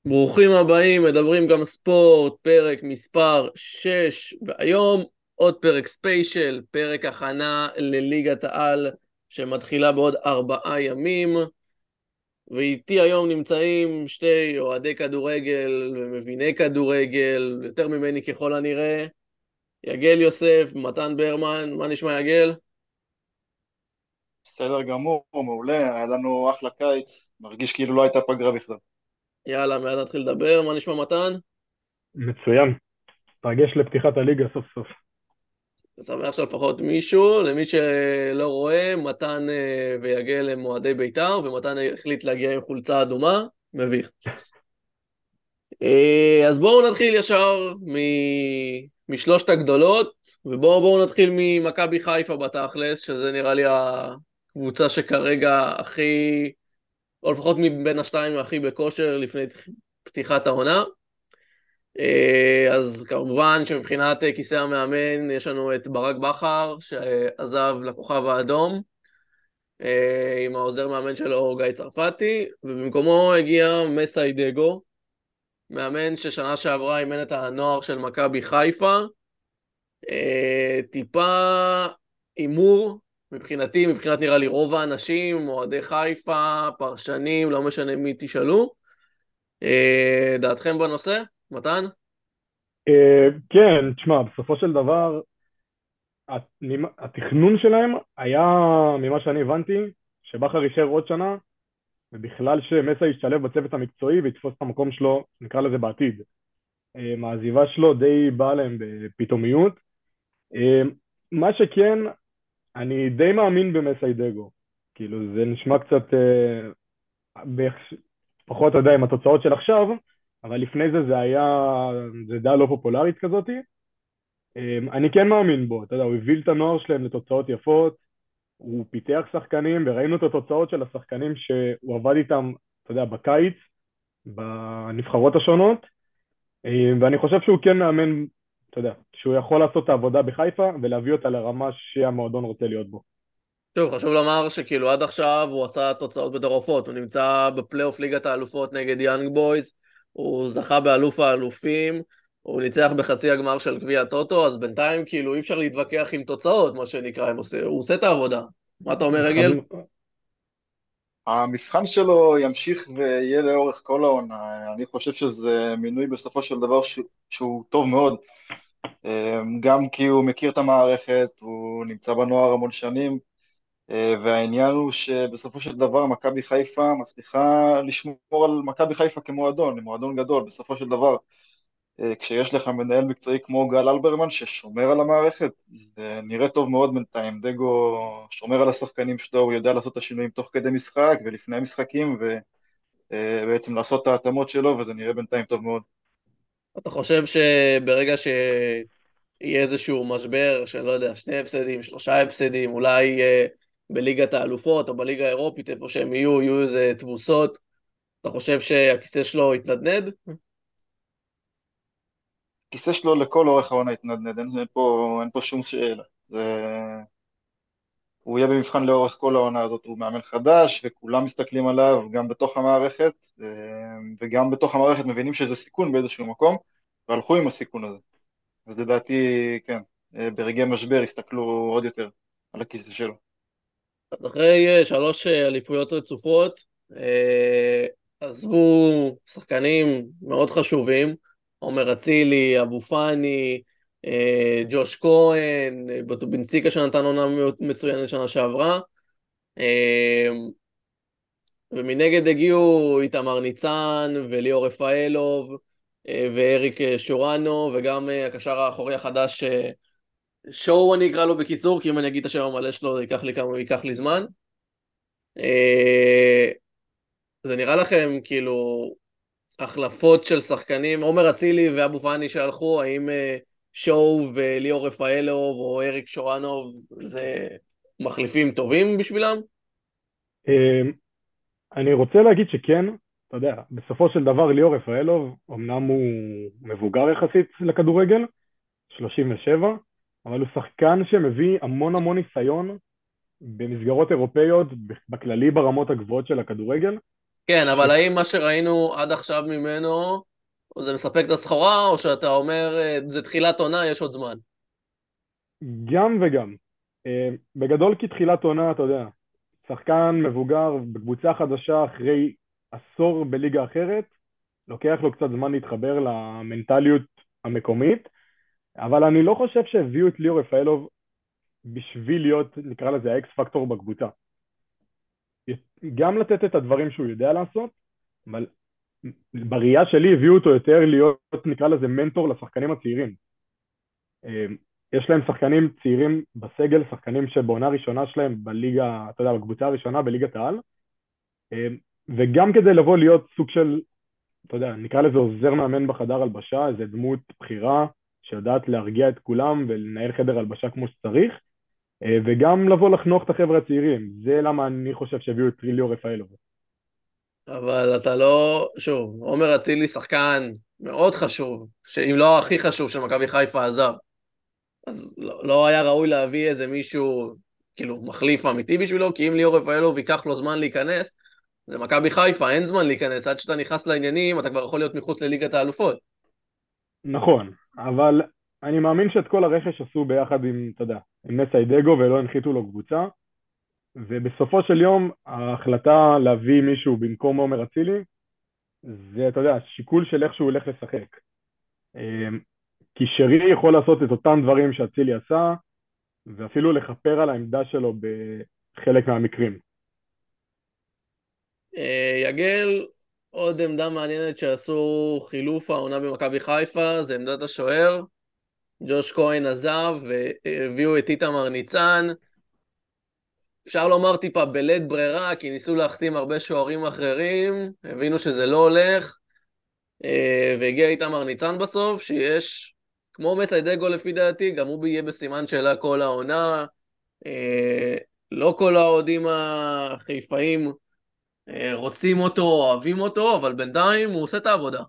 ברוכים הבאים, מדברים גם ספורט, פרק מספר 6, והיום עוד פרק ספיישל, פרק הכנה לליגת העל שמתחילה בעוד 4 ימים, ואיתי היום נמצאים שתי אוהדי כדורגל ומביני כדורגל, יותר ממני ככל הנראה, יגל יוסף, מתן ברמן. מה נשמע יגל? בסדר גמור, מעולה, היה לנו אחלה קיץ, מרגיש כאילו לא הייתה פגרה בכלל. יאללה, מיד נתחיל לדבר. מה נשמע מתן? מצוין, תרגש לפתיחת הליגה סוף סוף. אני שמח שלפחות מישהו, למי שלא רואה, מתן ויגל הם אוהדי בית"ר, ומתן החליט להגיע עם חולצה אדומה, מביך. אז בואו נתחיל ישר משלושת הגדולות, ובואו נתחיל ממכבי חיפה בתכלס, שזה נראה לי הקבוצה שכרגע הכי, או לפחות מבין השתיים הכי בכושר לפני פתיחת העונה. אז כמובן שמבחינת כיסא המאמן יש לנו את ברק בכר שעזב לכוכב האדום עם העוזר מאמן שלו גיא צרפתי, ובמקומו הגיע מסיידגו, מאמן ששנה שעברה אימן את הנוער של מכבי חיפה. טיפה הימור מבחינתי, מבחינת נראה לי רוב האנשים, אוהדי חיפה, פרשנים, לא משנה מי תשאלו. דעתכם בנושא? מתן? כן, תשמע, בסופו של דבר, התכנון שלהם היה, ממה שאני הבנתי, שבכר יישאר עוד שנה, ובכלל שמסה ישתלב בצוות המקצועי ויתפוס את המקום שלו, נקרא לזה בעתיד. העזיבה שלו די באה להם בפתאומיות. אה, מה שכן, אני די מאמין במסיידגו. כאילו, זה נשמע קצת, פחות, אתה יודע, עם התוצאות של עכשיו, אבל לפני זה זה דעה לא פופולרית כזאת. אני כן מאמין בו, אתה יודע, הוא הוביל את הנוער שלהם לתוצאות יפות, הוא פיתח שחקנים, וראינו את התוצאות של השחקנים שהוא עבד איתם, אתה יודע, בקיץ, בנבחרות השונות, ואני חושב שהוא כן מאמן, אתה יודע, שהוא יכול לעשות את העבודה בחיפה ולהביא אותה לרמה שהמועדון רוצה להיות בו. שוב, חשוב לומר שכאילו עד עכשיו הוא עשה תוצאות מטורפות, הוא נמצא בפלייאוף ליגת האלופות נגד יאנג בויז, הוא זכה באלוף האלופים, הוא ניצח בחצי הגמר של גביע הטוטו, אז בינתיים כאילו אי אפשר להתווכח עם תוצאות, מה שנקרא, הוא עושה את העבודה. מה אתה אומר, רגל? המבחן שלו ימשיך ויהיה לאורך כל העונה, אני חושב שזה מינוי בסופו של דבר שהוא טוב מאוד, גם כי הוא מכיר את המערכת, הוא נמצא בנוער המון שנים, והעניין הוא שבסופו של דבר מכבי חיפה מצליחה לשמור על מכבי חיפה כמועדון, מועדון גדול, בסופו של דבר כשיש לך מנהל מקצועי כמו גל אלברמן ששומר על המערכת, זה נראה טוב מאוד בינתיים. דגו שומר על השחקנים שלו, הוא יודע לעשות את השינויים תוך כדי משחק ולפני המשחקים, ובעצם לעשות את ההתאמות שלו, וזה נראה בינתיים טוב מאוד. אתה חושב שברגע שיהיה איזשהו משבר של לא יודע, 2 הפסדים, 3 הפסדים, אולי בליגת האלופות או בליגה האירופית, איפה שהם יהיו איזה תבוסות, אתה חושב שהכיסא שלו יתנדנד? כיסא שלו לכל אורך העונה התנדנד, אין פה שום שאלה. הוא יהיה במבחן לאורך כל העונה הזאת, הוא מאמן חדש וכולם מסתכלים עליו גם בתוך המערכת, וגם בתוך המערכת מבינים שזה סיכון באיזשהו מקום, והלכו עם הסיכון הזה. אז לדעתי, כן, ברגעי משבר יסתכלו עוד יותר על הכיסא שלו. אז אחרי 3 אליפויות רצופות, עזבו שחקנים מאוד חשובים, עומר אצילי, אבו פאני, ג'וש כהן, בטובינציקה שנתן עונה מאוד מצוינת שנה שעברה, אה, ומנגד הגיעו איתמר ניצן וליאור רפאלוב ואריק שורנו, וגם הקשר האחורי החדש, שואו אני אקרא לו בקיצור, כי אם אני אגיד את השם המלא שלו זה ייקח לי זמן. אה, זה נראה לכם כאילו החלפות של שחקנים, עומר אצילי ואבו פאני שהלכו, האם שואו וליאור רפאלוב או אריק שורנוב זה מחליפים טובים בשבילם? אני רוצה להגיד שכן, אתה יודע, בסופו של דבר ליאור רפאלוב, אמנם הוא מבוגר יחסית לכדורגל, 37, אבל הוא שחקן שמביא המון המון ניסיון במסגרות אירופאיות, בכללי ברמות הגבוהות של הכדורגל, כן, אבל האם מה שראינו עד עכשיו ממנו, זה מספק את הסחורה, או שאתה אומר, זה תחילת עונה, יש עוד זמן? גם וגם. בגדול כתחילת עונה, אתה יודע, שחקן מבוגר בקבוצה חדשה אחרי עשור בליגה אחרת, לוקח לו קצת זמן להתחבר למנטליות המקומית, אבל אני לא חושב שהביאו את ליאור רפאלוב בשביל להיות, נקרא לזה, האקס פקטור בקבוצה. גם לתת את הדברים שהוא יודע לעשות, אבל בראייה שלי הביאו אותו יותר להיות, נקרא לזה, מנטור לשחקנים הצעירים. יש להם שחקנים צעירים בסגל, שחקנים שבעונה הראשונה שלהם בליגה, אתה יודע, בקבוצה הראשונה בליגת העל, וגם כדי לבוא להיות סוג של, אתה יודע, נקרא לזה עוזר מאמן בחדר הלבשה, איזה דמות בחירה שיודעת להרגיע את כולם ולנהל חדר הלבשה כמו שצריך, וגם לבוא לחנוך את החבר'ה הצעירים. זה למה אני חושב שהביאו את ליאור רפאלוב. אבל אתה לא, שוב, עומר אצילי שחקן מאוד חשוב, שאם לא הכי חשוב של מכבי חיפה עזב, אז לא היה ראוי להביא איזה מישהו, כאילו, מחליף אמיתי בשבילו, כי אם ליאור רפאלוב ייקח לו זמן להיכנס, זה מכבי חיפה, אין זמן להיכנס, עד שאתה נכנס לעניינים, אתה כבר יכול להיות מחוץ לליגת האלופות. נכון, אבל אני מאמין שאת כל הרכש עשו ביחד עם, אתה יודע, עם מסיידגו ולא הנחיתו לו קבוצה, ובסופו של יום ההחלטה להביא מישהו במקום עומר אצילי, זה, אתה יודע, שיקול של איך שהוא הולך לשחק. כי שרי יכול לעשות את אותם דברים שאצילי עשה, ואפילו לכפר על העמדה שלו בחלק מהמקרים. יגל, עוד עמדה מעניינת שעשו חילוף העונה במכבי חיפה, זה עמדת השוער. ג'וש כהן עזב והביאו את איתמר ניצן. אפשר לומר טיפה בלית ברירה, כי ניסו להחתים הרבה שוערים אחרים, הבינו שזה לא הולך, והגיע איתמר ניצן בסוף, שיש, כמו מסיידגו לפי דעתי, גם הוא יהיה בסימן שאלה כל העונה. לא כל האוהדים החיפאים רוצים אותו, אוהבים אותו, אבל בינתיים הוא עושה את העבודה.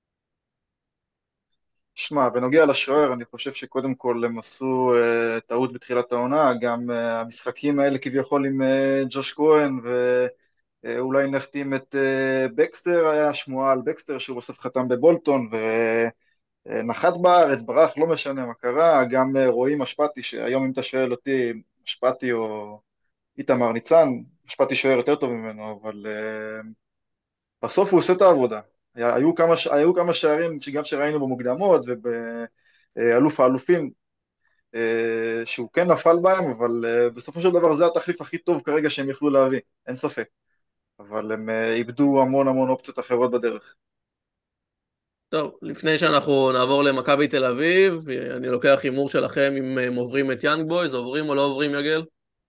שמע, בנוגע לשוער, אני חושב שקודם כל הם עשו טעות בתחילת העונה, גם המשחקים האלה כביכול עם ג'וש כהן, ואולי נחתים את בקסטר, היה שמועה על בקסטר שהוא בסוף חתם בבולטון, ונחת בארץ, ברח, לא משנה מה קרה, גם רועי משפטי, שהיום אם אתה שואל אותי, משפטי או איתמר ניצן, משפטי שוער יותר טוב ממנו, אבל בסוף הוא עושה את העבודה. היו כמה שערים שגם שראינו במוקדמות ובאלוף האלופים, שהוא כן נפל בהם, אבל בסופו של דבר זה התחליף הכי טוב כרגע שהם יכלו להביא, אין ספק. אבל הם איבדו המון המון אופציות אחרות בדרך. טוב, לפני שאנחנו נעבור למכבי תל אביב, אני לוקח הימור שלכם אם הם עוברים את יאנג בויז, עוברים או לא עוברים, יגל?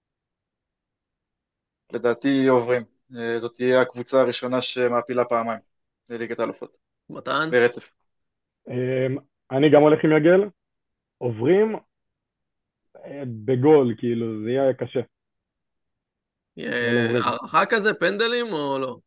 לדעתי עוברים. זאת תהיה הקבוצה הראשונה שמעפילה פעמיים לליגת האלופות, מתן? ברצף. אני גם הולך עם יגל, עוברים בגול, כאילו, זה יהיה קשה, אבל עוברים. הערכה כזה, פנדלים או לא?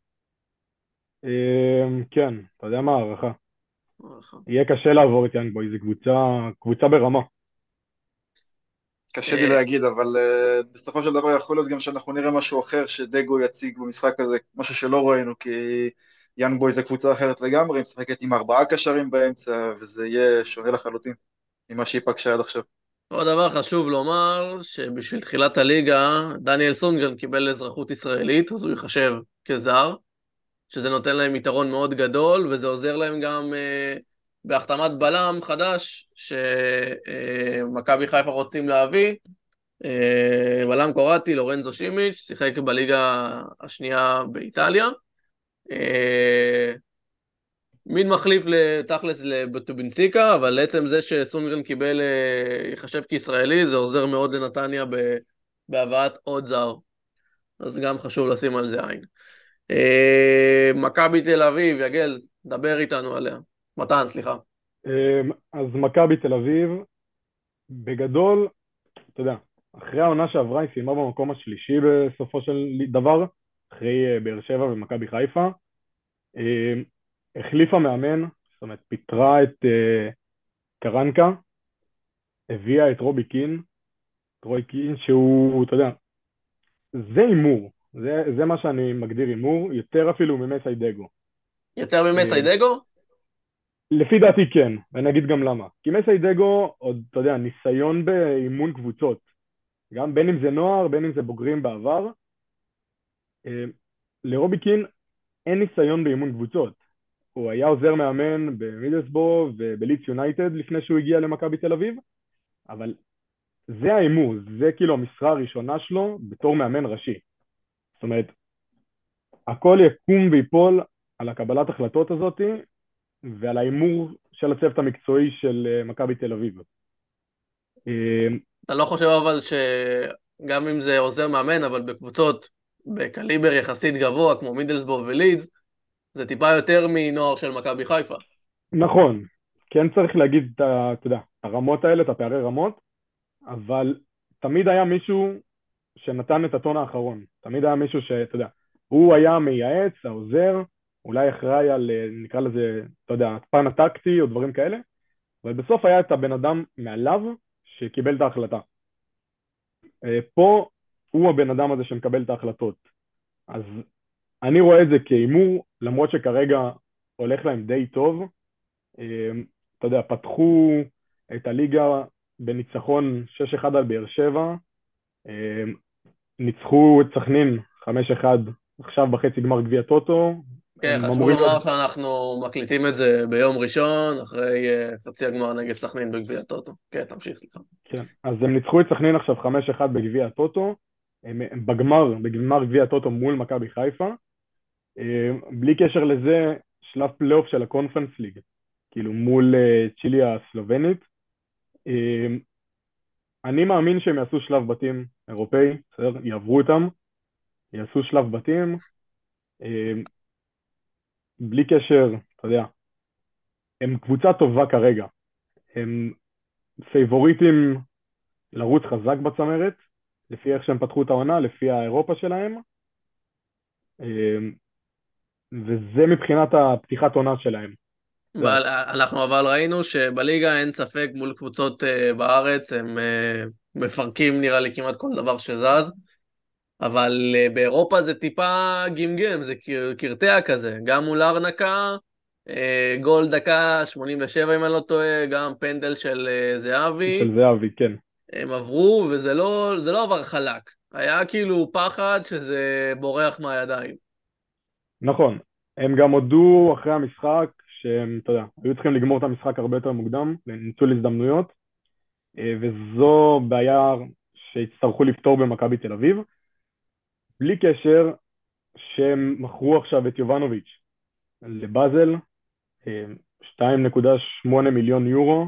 כן, אתה יודע מה, הערכה. הערכה. יהיה קשה לעבור את יאנג בוי, זו קבוצה ברמה. קשה לי אה, להגיד, אבל בסופו של דבר יכול להיות גם שאנחנו נראה משהו אחר שדגו יציג במשחק הזה, משהו שלא ראינו, כי יאנג בוי זה קבוצה אחרת לגמרי, משחקת עם 4 קשרים באמצע, וזה יהיה שונה לחלוטין ממה שהיא פגשה עד עכשיו. עוד דבר חשוב לומר, שבשביל תחילת הליגה, דניאל סונגרן קיבל אזרחות ישראלית, אז הוא ייחשב כזר, שזה נותן להם יתרון מאוד גדול, וזה עוזר להם גם בהחתמת בלם חדש, שמכבי חיפה רוצים להביא, בלם קוראטי, לורנזו שימיץ', שיחק בליגה השנייה באיטליה. מין מחליף לתכלס לבטובינסיקה, אבל לעצם זה שסונגרן קיבל יחשב כישראלי, זה עוזר מאוד לנתניה בהבאת עוד זר. אז גם חשוב לשים על זה עין. מכבי תל אביב, יגל, דבר איתנו עליה. מתן, סליחה. אז מכבי תל אביב, בגדול, אתה יודע, אחרי העונה שעברה היא סיימה במקום השלישי בסופו של דבר, אחרי באר שבע ומכבי חיפה. החליפה מאמן, זאת אומרת, פיטרה את קרנקה, הביאה את רובי קין, רוי קין שהוא, אתה יודע, זה הימור. זה מה שאני מגדיר הימור, יותר אפילו ממסיידגו. יותר אה, ממסיידגו? לפי דעתי כן, ואני אגיד גם למה. כי מסיידגו, עוד, אתה יודע, ניסיון באימון קבוצות, גם בין אם זה נוער, בין אם זה בוגרים בעבר, אה, לרובי קין אין ניסיון באימון קבוצות. הוא היה עוזר מאמן במידלסבורו ובליץ יונייטד לפני שהוא הגיע למכבי תל אביב, אבל זה ההימור, זה כאילו המשרה הראשונה שלו בתור מאמן ראשי. זאת אומרת, הכל יקום ויפול על הקבלת החלטות הזאת ועל ההימור של הצוות המקצועי של מכבי תל אביב. אתה לא חושב אבל שגם אם זה עוזר מאמן, אבל בקבוצות בקליבר יחסית גבוה, כמו מידלסבורג ולידס, זה טיפה יותר מנוער של מכבי חיפה. נכון, כן צריך להגיד, אתה יודע, הרמות האלה, את הפערי רמות, אבל תמיד היה מישהו שנתן את הטון האחרון. תמיד היה מישהו שאתה יודע, הוא היה מייעץ, העוזר, אולי אחראי על, נקרא לזה, אתה יודע, הפן הטקטי או דברים כאלה, אבל בסוף היה את הבן אדם מעליו שקיבל את ההחלטה. פה הוא הבן אדם הזה שמקבל את ההחלטות. אז אני רואה את זה כהימור, למרות שכרגע הולך להם די טוב. אתה יודע, פתחו את הליגה בניצחון 6-1 על באר שבע, ניצחו את סכנין 5-1 עכשיו בחצי גמר גביע טוטו. כן, הם חשוב אמורים להיות, לומר שאנחנו מקליטים את זה ביום ראשון, אחרי חצי הגמר נגד סכנין בגביע הטוטו. כן, תמשיך, סליחה. כן, אז הם ניצחו את סכנין עכשיו 5-1 בגביע הטוטו, הם בגמר גביע הטוטו מול מכבי חיפה. בלי קשר לזה, שלב פלייאוף של הקונפרנס ליג, כאילו מול צ'ילי הסלובנית. אני מאמין שהם יעשו שלב בתים אירופאי, בסדר? יעברו אותם, יעשו שלב בתים, בלי קשר, אתה יודע, הם קבוצה טובה כרגע, הם פייבוריטים לרוץ חזק בצמרת, לפי איך שהם פתחו את העונה, לפי האירופה שלהם, וזה מבחינת הפתיחת עונה שלהם. אנחנו אבל ראינו שבליגה אין ספק מול קבוצות בארץ, הם מפרקים נראה לי כמעט כל דבר שזז, אבל באירופה זה טיפה גמגם, זה קרטע כזה, גם מול ארנקה, גול דקה 87 אם אני לא טועה, גם פנדל של זהבי, של זהבי, כן. הם עברו וזה לא עבר חלק, היה כאילו פחד שזה בורח מהידיים. נכון, הם גם הודו אחרי המשחק שהם, אתה יודע, היו צריכים לגמור את המשחק הרבה יותר מוקדם, לניצול הזדמנויות, וזו בעיה שהצטרכו לפתור במכבי תל אביב, בלי קשר שהם מכרו עכשיו את יובנוביץ' לבאזל, 2.8 מיליון יורו,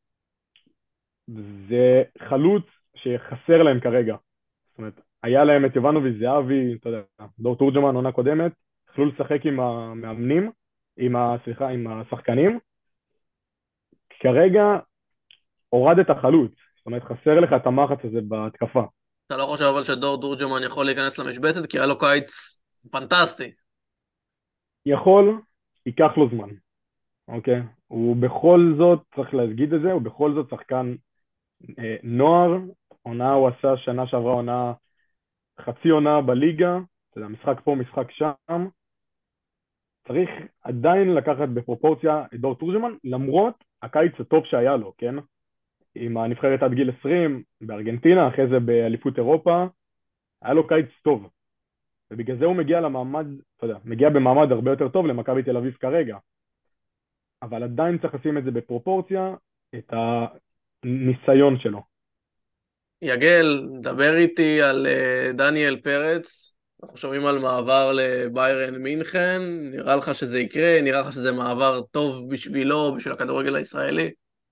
זה חלוץ שחסר להם כרגע. זאת אומרת, היה להם את יובנוביץ', זהבי, אתה יודע, דור תורג'מן עונה קודמת, יכלו לשחק עם המאמנים, סליחה, עם השחקנים. כרגע הורד את החלוץ, זאת אומרת, חסר לך את המחץ הזה בהתקפה. אתה לא חושב אבל שדור תורג'מן יכול להיכנס למשבצת, כי היה לו קיץ פנטסטי. יכול, ייקח לו זמן, אוקיי? הוא בכל זאת, צריך להגיד את זה, הוא בכל זאת שחקן נוער, עונה הוא עשה שנה שעברה עונה, חצי עונה בליגה, אתה יודע, משחק פה, משחק שם, צריך עדיין לקחת בפרופורציה את דור תורג'מן, למרות הקיץ הטוב שהיה לו, כן? עם הנבחרת עד גיל 20 בארגנטינה, אחרי זה באליפות אירופה, היה לו קיץ טוב. ובגלל זה הוא מגיע למעמד, אתה יודע, מגיע במעמד הרבה יותר טוב למכבי תל אביב כרגע. אבל עדיין צריך לשים את זה בפרופורציה, את הניסיון שלו. יגל, דבר איתי על דניאל פרץ, אנחנו שומעים על מעבר לביירן מינכן, נראה לך שזה יקרה, נראה לך שזה מעבר טוב בשבילו, בשביל הכדורגל הישראלי?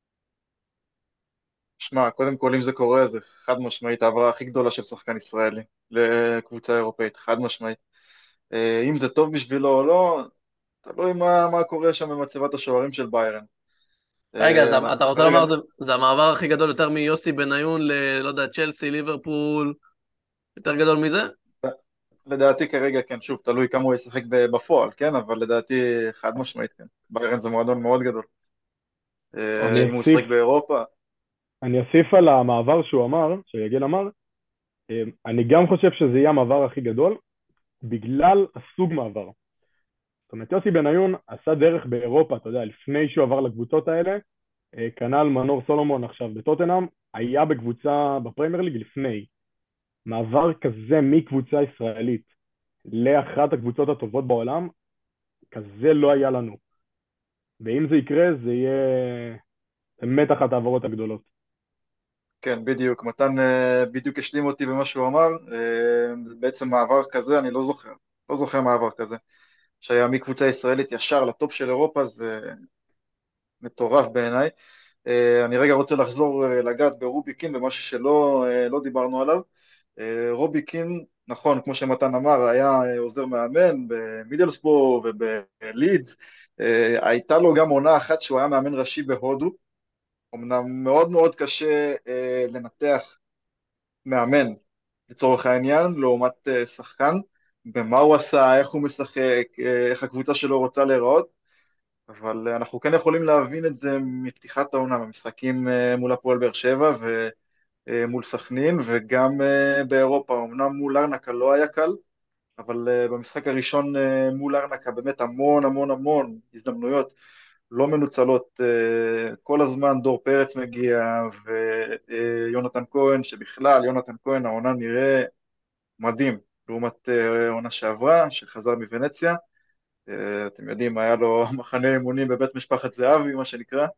שמע, קודם כל אם זה קורה זה חד משמעית העברה הכי גדולה של שחקן ישראלי לקבוצה אירופאית, חד משמעית. אם זה טוב בשבילו או לא, תלוי מה קורה שם במצבת השוערים של ביירן. רגע, אז אתה אנחנו רוצה כרגע, לומר זה המעבר הכי גדול יותר מיוסי בניון לא יודע, צ'לסי, ליברפול, יותר גדול מזה? לדעתי כרגע כן, שוב, תלוי כמה הוא ישחק בפועל, כן, אבל לדעתי חד משמעית כן. ביירן זה מועדון מאוד גדול. אני אם הוא אוסיף, ישחק באירופה, אני אוסיף על המעבר שהוא אמר, שיגל אמר, אני גם חושב שזה יהיה המעבר הכי גדול, בגלל הסוג מעבר. זאת אומרת, יוסי בניון עשה דרך באירופה, אתה יודע, לפני שהוא עבר לקבוצות האלה, כנ"ל מנור סולומון עכשיו בטוטנהאם, היה בקבוצה בפרמייר ליג לפני. מעבר כזה מקבוצה ישראלית לאחת הקבוצות הטובות בעולם, כזה לא היה לנו. ואם זה יקרה, זה יהיה באמת אחת העברות הגדולות. כן, בדיוק. מתן בדיוק השלים אותי במה שהוא אמר. בעצם מעבר כזה, אני לא זוכר. לא זוכר מעבר כזה. שהיה מקבוצה ישראלית ישר לטופ של אירופה, זה מטורף בעיניי. אני רגע רוצה לחזור לגעת ברובי קין, במשהו שלא לא דיברנו עליו. רובי קין, נכון, כמו שמתן אמר, היה עוזר מאמן במידלסבורו ובלידס. הייתה לו גם עונה אחת שהוא היה מאמן ראשי בהודו. אמנם מאוד מאוד קשה לנתח מאמן לצורך העניין, לעומת שחקן, במה הוא עשה, איך הוא משחק, איך הקבוצה שלו רוצה להיראות, אבל אנחנו כן יכולים להבין את זה מפתיחת העונה, במשחקים מול הפועל באר שבע ומול סכנין, וגם באירופה. אמנם מול ארנקה לא היה קל, אבל במשחק הראשון מול ארנקה באמת המון המון המון הזדמנויות לא מנוצלות. כל הזמן דור פרץ מגיע ויונתן כהן, שבכלל יונתן כהן העונה נראה מדהים לעומת עונה שעברה שחזר מוונציה. אתם יודעים, היה לו מחנה אימונים בבית משפחת זהבי, מה שנקרא.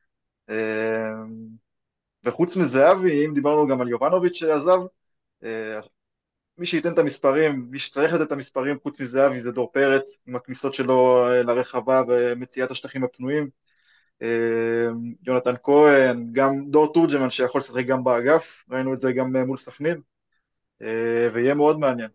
וחוץ מזהבי, אם דיברנו גם על יובנוביץ' שעזב, מי שייתן את המספרים, מי שצריך לתת את המספרים חוץ מזהבי זה דור פרץ, עם הכניסות שלו לרחבה ומציאת השטחים הפנויים. יונתן כהן, גם דור תורג'מן שיכול לשחק גם באגף, ראינו את זה גם מול סכנין, ויהיה מאוד מעניין.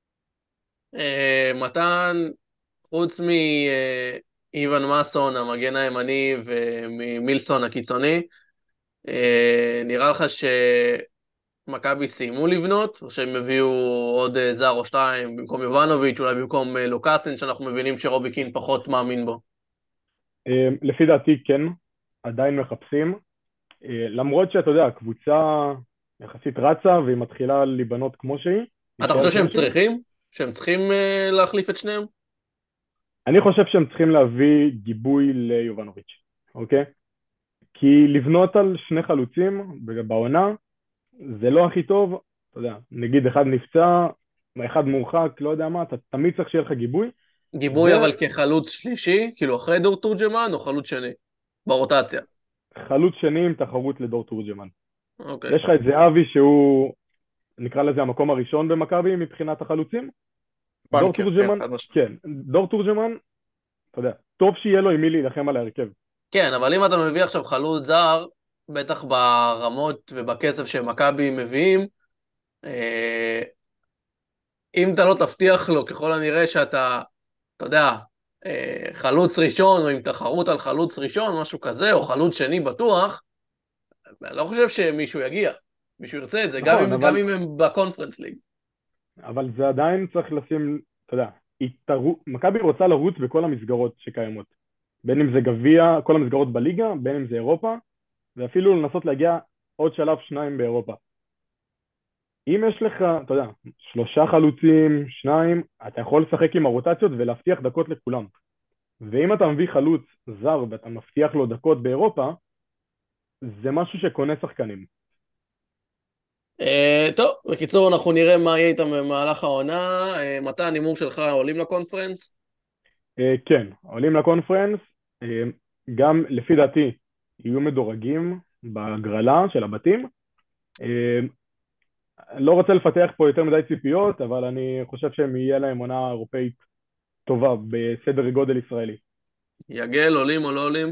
מתן, חוץ מאיוון מסון, המגן הימני, וממילסון הקיצוני, נראה לך שמכבי סיימו לבנות, או שהם הביאו עוד זר או שתיים במקום יובנוביץ', אולי במקום לוקאסן, שאנחנו מבינים שרובי קין פחות מאמין בו? לפי דעתי כן, עדיין מחפשים, למרות שאתה יודע, הקבוצה יחסית רצה והיא מתחילה להיבנות כמו שהיא, אתה חושב להישאר שהם כמו שהיא. צריכים? שהם צריכים להחליף את שניהם? אני חושב שהם צריכים להביא גיבוי ליובנוביץ', אוקיי? כי לבנות על שני חלוצים בעונה זה לא הכי טוב, אתה יודע, נגיד אחד נפצע, אחד מורחק, לא יודע מה, אתה תמיד צריך שיהיה לך גיבוי, גיבוי אבל כחלוץ שלישי, כאילו אחרי דור תורג'מן, או חלוץ שני? ברוטציה. וחלוץ שני עם תחרות לדור תורג'מן. אוקיי. יש לך את זהבי שהוא, נקרא לזה המקום הראשון במכבי מבחינת החלוצים, דור בנקר, כן, תורג'מן, חד משמעית. כן, דור תורג'מן, אתה יודע, טוב שיהיה לו עם מי להילחם על ההרכב. כן, אבל אם אתה מביא עכשיו חלוץ זר, בטח ברמות ובכסף שמכבי מביאים, אה, אם אתה לא תבטיח לו ככל הנראה שאתה, אתה יודע, חלוץ ראשון, או עם תחרות על חלוץ ראשון, משהו כזה, או חלוץ שני בטוח, אני לא חושב שמישהו יגיע. מישהו ירצה את זה, נכון, גם אם הם בקונפרנס ליג. אבל זה עדיין צריך לשים, אתה יודע, מכבי רוצה לרוץ בכל המסגרות שקיימות. בין אם זה גביע, כל המסגרות בליגה, בין אם זה אירופה, ואפילו לנסות להגיע עוד שלב שניים באירופה. אם יש לך, אתה יודע, שלושה חלוצים, שניים, אתה יכול לשחק עם הרוטציות ולהבטיח דקות לכולם. ואם אתה מביא חלוץ זר ואתה מבטיח לו דקות באירופה, זה משהו שקונה שחקנים. טוב, בקיצור, אנחנו נראה מה יהיה איתם במהלך העונה. מתי הנימור שלך עולים לקונפרנס? כן, עולים לקונפרנס, גם לפי דעתי יהיו מדורגים בהגרלה של הבתים. לא רוצה לפתח פה יותר מדי ציפיות, אבל אני חושב שהם יהיה להם עונה אירופאית טובה בסדר גודל ישראלי. יגל, עולים או לא עולים?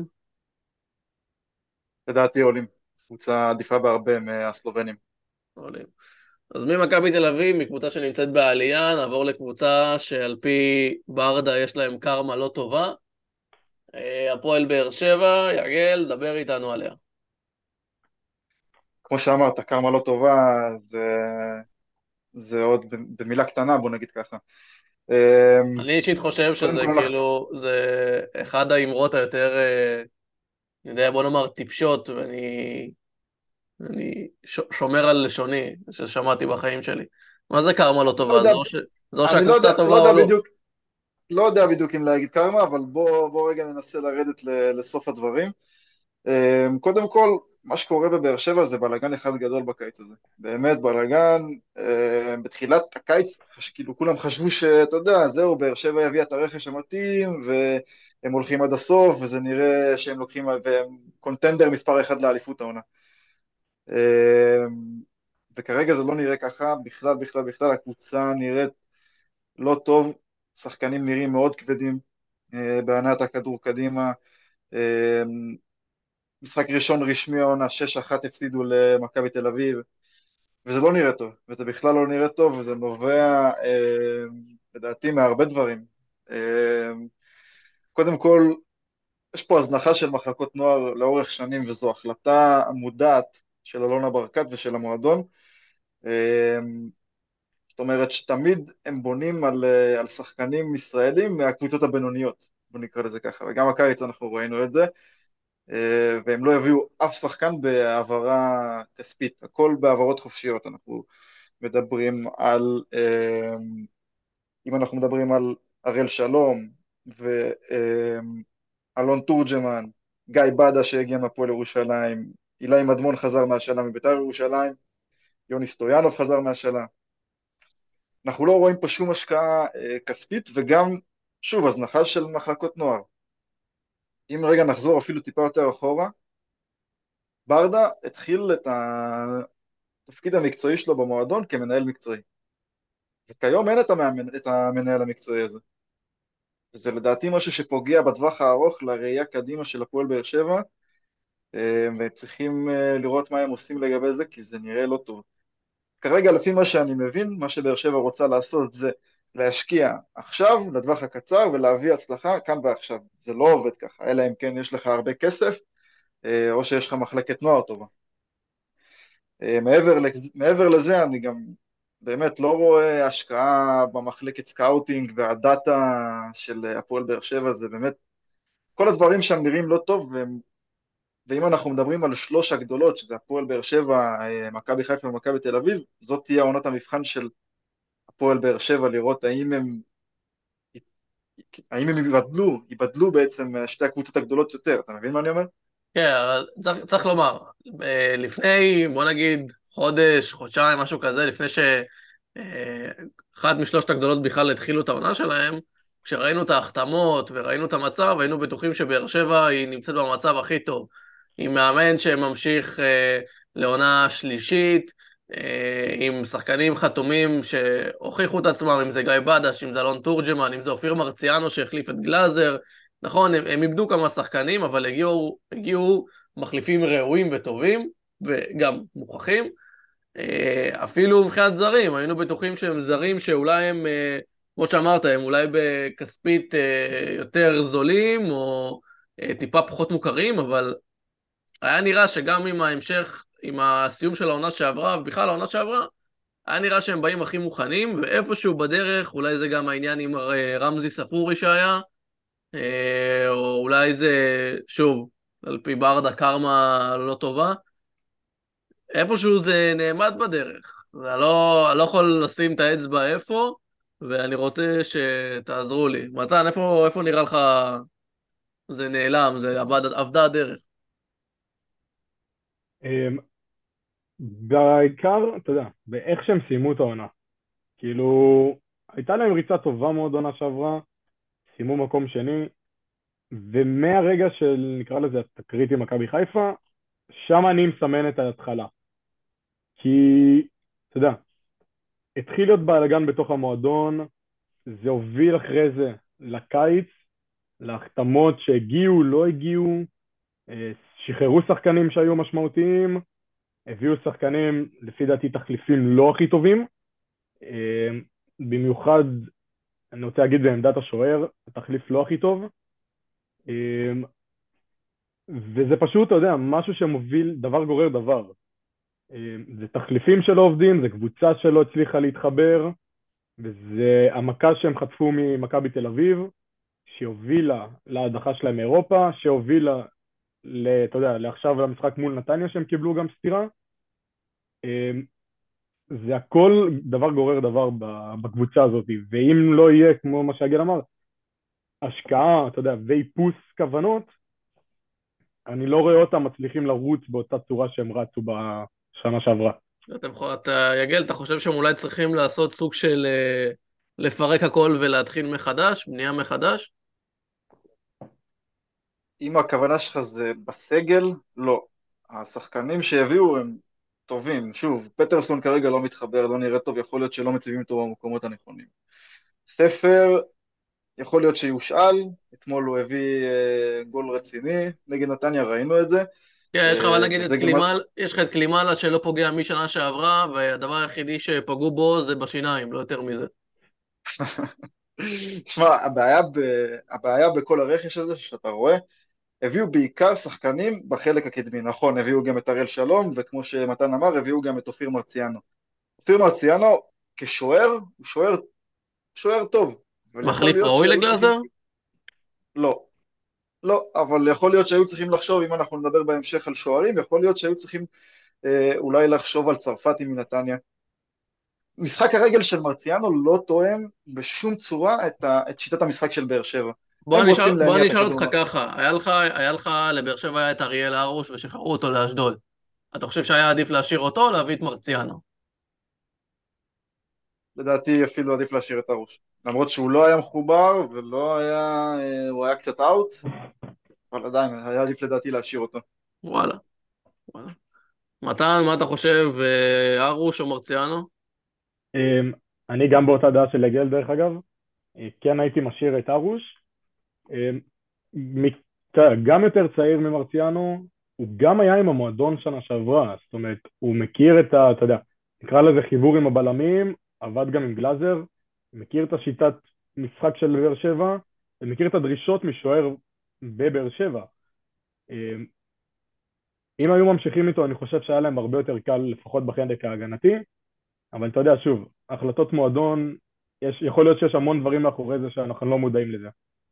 לדעתי עולים, קבוצה עדיפה בהרבה מהסלובנים. עולים. אז ממכבי תל אביב, מקבוצה שנמצאת בעלייה, נעבור לקבוצה שעל פי ברדה יש להם קרמה לא טובה. הפועל באר שבע, יגל, דבר איתנו עליה. כמו שאמרת, קרמה לא טובה, זה עוד במילה קטנה, בוא נגיד ככה. אני אישית חושב קודם שזה כל כאילו, זה אחד האמרות היותר, אני יודע, בוא נאמר טיפשות, ואני שומר על לשוני, ששמעתי בחיים שלי. מה זה קרמה לא לא טובה? יודע, זו אני לא שהקבוצה יודע, טובה או לא? לא יודע בדיוק אם להגיד קרמה, אבל בוא רגע ננסה לרדת לסוף הדברים. קודם כל, מה שקורה בבאר שבע זה בלגן אחד גדול בקיץ הזה. באמת בלגן, בתחילת הקיץ, כאילו כולם חשבו שאתה יודע, זהו, באר שבע יביאה את הרכש המתאים, והם הולכים עד הסוף, וזה נראה שהם לוקחים, והם קונטנדר מספר אחד לאליפות העונה. וכרגע זה לא נראה ככה, בכלל, הקבוצה נראית לא טוב, שחקנים נראים מאוד כבדים, בהנעת הכדור קדימה, משחק ראשון רשמי העונה, 6-1 הפסידו למכבי תל אביב, וזה לא נראה טוב, וזה בכלל לא נראה טוב, וזה נובע, לדעתי, מהרבה דברים. קודם כל, יש פה הזנחה של מחלקות נוער לאורך שנים, וזו החלטה מודעת של אלונה ברקת ושל המועדון. זאת אומרת שתמיד הם בונים על שחקנים ישראלים מהקבוצות הבינוניות, בוא נקרא לזה ככה, וגם הקיץ אנחנו ראינו את זה. והם לא יביאו אף שחקן בהעברה כספית, הכל בהעברות חופשיות. אנחנו מדברים על, אם אנחנו מדברים על אראל שלום ואלון תורג'מן, גיא בדה שהגיע מהפועל ירושלים, אילי מדמון חזר מהשאלה מביתר ירושלים, יוני סטויאנוב חזר מהשאלה. אנחנו לא רואים פה שום השקעה כספית, וגם, שוב, הזנחה של מחלקות נוער. אם רגע נחזור אפילו טיפה יותר אחורה, ברדה התחיל את התפקיד המקצועי שלו במועדון כמנהל מקצועי. וכיום אין את המנהל המקצועי הזה. וזה לדעתי משהו שפוגע בטווח הארוך לראייה קדימה של הפועל באר שבע, והם צריכים לראות מה הם עושים לגבי זה, כי זה נראה לא טוב. כרגע, לפי מה שאני מבין, מה שבאר שבע רוצה לעשות זה להשקיע עכשיו, לטווח הקצר, ולהביא הצלחה כאן ועכשיו. זה לא עובד ככה, אלא אם כן יש לך הרבה כסף, או שיש לך מחלקת נוער טובה. מעבר לזה, אני גם באמת לא רואה השקעה במחלקת סקאוטינג והדאטה של הפועל באר שבע, זה באמת, כל הדברים שם נראים לא טוב, ואם אנחנו מדברים על שלוש הגדולות, שזה הפועל באר שבע, מכבי חיפה ומכבי תל אביב, זאת תהיה עונת המבחן של הפועל באר שבע, לראות האם הם ייבדלו בעצם שתי הקבוצות הגדולות יותר, אתה מבין מה אני אומר? כן, אבל צריך לומר, לפני, בוא נגיד, חודש, חודשיים, משהו כזה, לפני שאחת משלושת הגדולות בכלל התחילו את העונה שלהם, כשראינו את ההחתמות וראינו את המצב, היינו בטוחים שבאר שבע היא נמצאת במצב הכי טוב. עם מאמן שממשיך לעונה שלישית, עם שחקנים חתומים שהוכיחו את עצמם, אם זה גיא בדש, אם זה אלון תורג'מן, אם זה אופיר מרציאנו שהחליף את גלאזר, נכון, הם איבדו כמה שחקנים, אבל הגיעו מחליפים ראויים וטובים, וגם מוכחים. אפילו מבחינת זרים, היינו בטוחים שהם זרים שאולי הם, כמו שאמרת, הם אולי בכספית יותר זולים, או טיפה פחות מוכרים, אבל היה נראה שגם עם ההמשך, עם הסיום של העונה שעברה, ובכלל העונה שעברה, היה נראה שהם באים הכי מוכנים, ואיפשהו בדרך, אולי זה גם העניין עם רמזי ספורי שהיה, או אולי זה, שוב, על פי ברדה קרמה לא טובה, איפשהו זה נעמד בדרך. אני לא יכול לשים את האצבע איפה, ואני רוצה שתעזרו לי. מתן, איפה נראה לך זה נעלם, זה אבדה הדרך? אמ, בעיקר, אתה יודע, באיך שהם סיימו את העונה. כאילו, הייתה להם ריצה טובה מאוד עונה שעברה, סיימו מקום שני, ומהרגע של, נקרא לזה, התקרית עם מכבי חיפה, שם אני מסמן את ההתחלה. כי, אתה יודע, התחיל להיות בלגן בתוך המועדון, זה הוביל אחרי זה לקיץ, להחתמות שהגיעו, לא הגיעו, שחררו שחקנים שהיו משמעותיים, הביאו שחקנים, לפי דעתי, תחליפים לא הכי טובים, במיוחד, אני רוצה להגיד בעמדת השוער, התחליף לא הכי טוב, וזה פשוט, אתה יודע, משהו שמוביל, דבר גורר דבר. זה תחליפים שלא עובדים, זה קבוצה שלא הצליחה להתחבר, וזה המכה שהם חטפו ממכבי תל אביב, שהובילה להדחה שלהם מאירופה, שהובילה, אתה יודע, לעכשיו למשחק מול נתניה שהם קיבלו גם סתירה. זה הכל דבר גורר דבר בקבוצה הזאת, ואם לא יהיה, כמו מה שהגל אמר, השקעה, אתה יודע, ואיפוס כוונות, אני לא רואה אותם מצליחים לרוץ באותה צורה שהם רצו בשנה שעברה. יגל, אתה חושב שהם אולי צריכים לעשות סוג של לפרק הכל ולהתחיל מחדש, בנייה מחדש? אם הכוונה שלך זה בסגל, לא. השחקנים שהביאו הם טובים. שוב, פטרסון כרגע לא מתחבר, לא נראה טוב, יכול להיות שלא מציבים אותו במקומות הנכונים. ספר, יכול להיות שיושאל, אתמול הוא הביא גול רציני, נגד נתניה ראינו את זה. כן, יש לך אבל נגיד את וזה גם... יש לך את קלימאלה שלא פוגע משנה שעברה, והדבר היחידי שפגעו בו זה בשיניים, לא יותר מזה. שמע, הבעיה בכל הרכש הזה שאתה רואה, הביאו בעיקר שחקנים בחלק הקדמי, נכון, הביאו גם את הראל שלום, וכמו שמתן אמר, הביאו גם את אופיר מרציאנו. אופיר מרציאנו כשוער, הוא שוער טוב, אבל יכול מחליף להיות ראוי שהיו צריכים, לגלאזר? לא, לא, אבל יכול להיות שהיו צריכים לחשוב, אם אנחנו נדבר בהמשך על שוערים, יכול להיות שהיו צריכים אולי לחשוב על צרפתי מנתניה. משחק הרגל של מרציאנו לא תואם בשום צורה את שיטת המשחק של באר שבע. הם רוצים בוא להניע אני את אשאל אותך הכדור. ככה, היה לך לבאר שבע היה את אריאל הרוש ושחררו אותו לאשדוד. אתה חושב שהיה עדיף להשאיר אותו או להביא את מרציאנו? לדעתי אפילו עדיף להשאיר את הראש. למרות שהוא לא היה מחובר ולא היה, הוא היה קצת אאוט, אבל עדיין היה עדיף לדעתי להשאיר אותו. וואלה, וואלה. מתן, מה אתה חושב, הרוש או מרציאנו? אמ, אני גם באותה דעה של יגל דרך אגב, כן הייתי משאיר את ארוש, אמ, גם יותר צעיר ממרציאנו, הוא גם היה עם המועדון שנה שעברה, זאת אומרת, הוא מכיר אתה יודע, נקרא לזה חיבור עם הבלמים, עבד גם עם גלאזר, מכיר את השיטת משחק של באר שבע, ומכיר את הדרישות משוער בבאר שבע. אמ, אם היו ממשיכים איתו, אני חושב שהיה להם הרבה יותר קל, לפחות בחלק ההגנתי, אבל אתה יודע, שוב, החלטות מועדון, יכול להיות שיש המון דברים מאחורי זה שאנחנו לא מודעים לזה.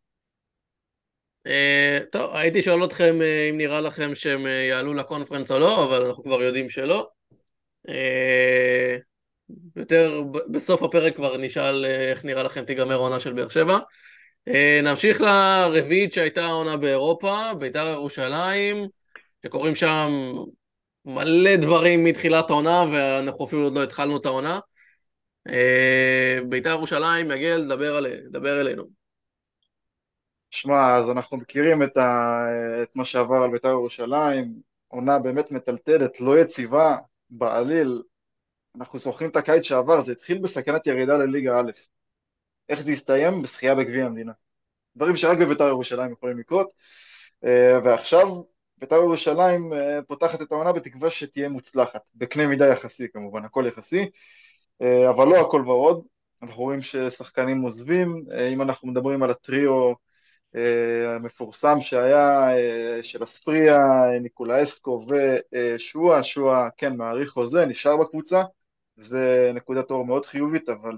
טוב, הייתי שואל אתכם אם נראה לכם שהם יעלו לקונפרנס או לא, אבל אנחנו כבר יודעים שלא. אה, בסוף הפרק כבר נשאל איך נראה לכם תיגמר העונה של באר שבע. נמשיך לרביעית שהייתה העונה באירופה, בית"ר ירושלים, שקורים שם מלא דברים מתחילת העונה, ואנחנו אפילו עוד לא התחלנו את העונה. בית"ר ירושלים, יגל, דבר אלינו. שמע, אז אנחנו מכירים את מה שעבר על בית"ר ירושלים, עונה באמת מטלטלת, לא יציבה בעליל. אנחנו זוכרים את הקיץ שעבר, זה התחיל בסכנת ירידה לליגה א'. איך זה הסתיים? בזכייה בגביע המדינה. דברים שרק בבית"ר ירושלים יכולים לקרות. ועכשיו בית"ר ירושלים פותחת את העונה בתקווה שתהיה מוצלחת, בקנה מידה יחסי כמובן, הכל יחסי, אבל לא הכל ורוד. אנחנו רואים ששחקנים עוזבים. אם אנחנו מדברים על הטריו המפורסם שהיה של אספריה, ניקולאסקו ושועה, שועה כן מעריך חוזה, נשאר בקבוצה, וזה נקודת אור מאוד חיובית, אבל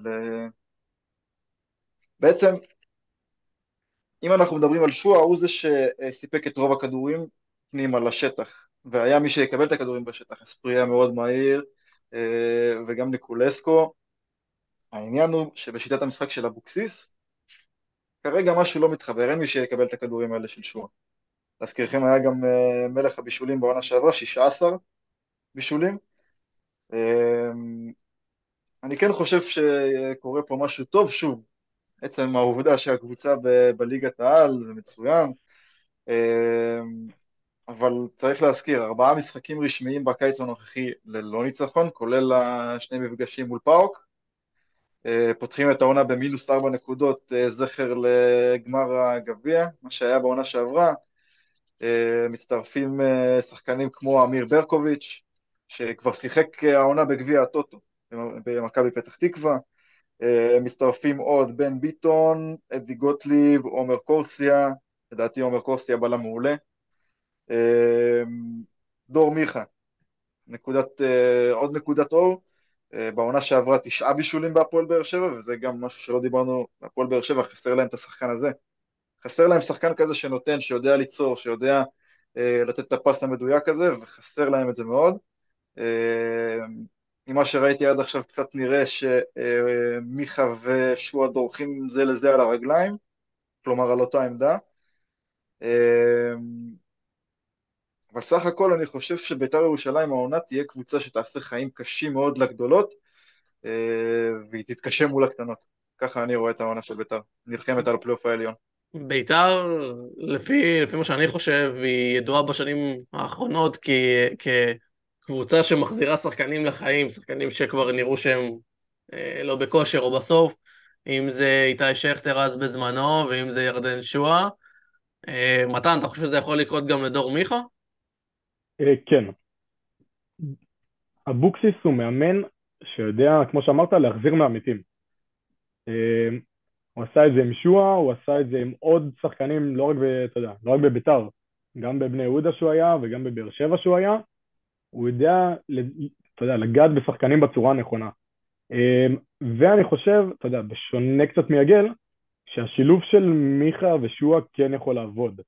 בעצם אם אנחנו מדברים על שועה, הוא זה שסיפק את רוב הכדורים פנימה לשטח, והיה מי שיקבל את הכדורים בשטח. אספריה מאוד מהיר, וגם ניקולסקו. העניין הוא שבשיטת המשחק של אבוקסיס, כרגע משהו לא מתחבר, אין מי שיקבל את הכדורים האלה של שועה. להזכירכם, היה גם מלך הבישולים בעונה שעברה, 16 בישולים. אני כן חושב שקורה פה משהו טוב, שוב, עצם העובדה שהקבוצה בליגת העל זה מצוין, אבל צריך להזכיר, 4 משחקים רשמיים בקיץ הנוכחי ללא ניצחון, כולל השני מפגשים מול פאוק. פותחים את העונה במינוס 4 נקודות, זכר לגמר הגביע, מה שהיה בעונה שעברה. מצטרפים שחקנים כמו אמיר ברקוביץ', שכבר שיחק העונה בגביע הטוטו במכבי פתח תקווה. מצטרפים עוד בן ביטון, אדי גוטליב, עומר קורסיה, לדעתי עומר קורסיה בלם מעולה. דור מיכה, עוד נקודת אור, בעונה שעברה 9 בישולים בהפועל באר שבע, וזה גם משהו שלא דיברנו, בהפועל באר שבע חסר להם את השחקן הזה, חסר להם שחקן כזה שנותן, שיודע ליצור, שיודע לתת את הפס המדויק הזה, וחסר להם את זה מאוד. ממה שראיתי עד עכשיו קצת נראה שמיכה ושועה דורכים זה לזה על הרגליים, כלומר על אותה עמדה. אבל סך הכל אני חושב שבית"ר ירושלים העונה תהיה קבוצה שתעשה חיים קשים מאוד לגדולות, והיא תתקשה מול הקטנות. ככה אני רואה את העונה של בית"ר, נלחמת על הפלייאוף העליון. בית"ר, לפי מה שאני חושב, היא ידועה בשנים האחרונות כקבוצה שמחזירה שחקנים לחיים, שחקנים שכבר נראו שהם לא בכושר או בסוף, אם זה איתי שכטר אז בזמנו, ואם זה ירדן שואה. מתן, אתה חושב שזה יכול לקרות גם לדור מיכה? כן, אבוקסיס הוא מאמן שיודע, כמו שאמרת, להחזיר מהמתים. אה, הוא עשה את זה עם שועה, הוא עשה את זה עם עוד שחקנים, לא רק, אתה יודע, לא רק בביתר, גם בבני יהודה שהוא היה וגם בבאר שבע שהוא היה, הוא יודע, אתה יודע, לגעת בשחקנים בצורה הנכונה. ואני חושב, אתה יודע, בשונה קצת מיגל, שהשילוב של מיכה ושועה כן יכול לעבוד.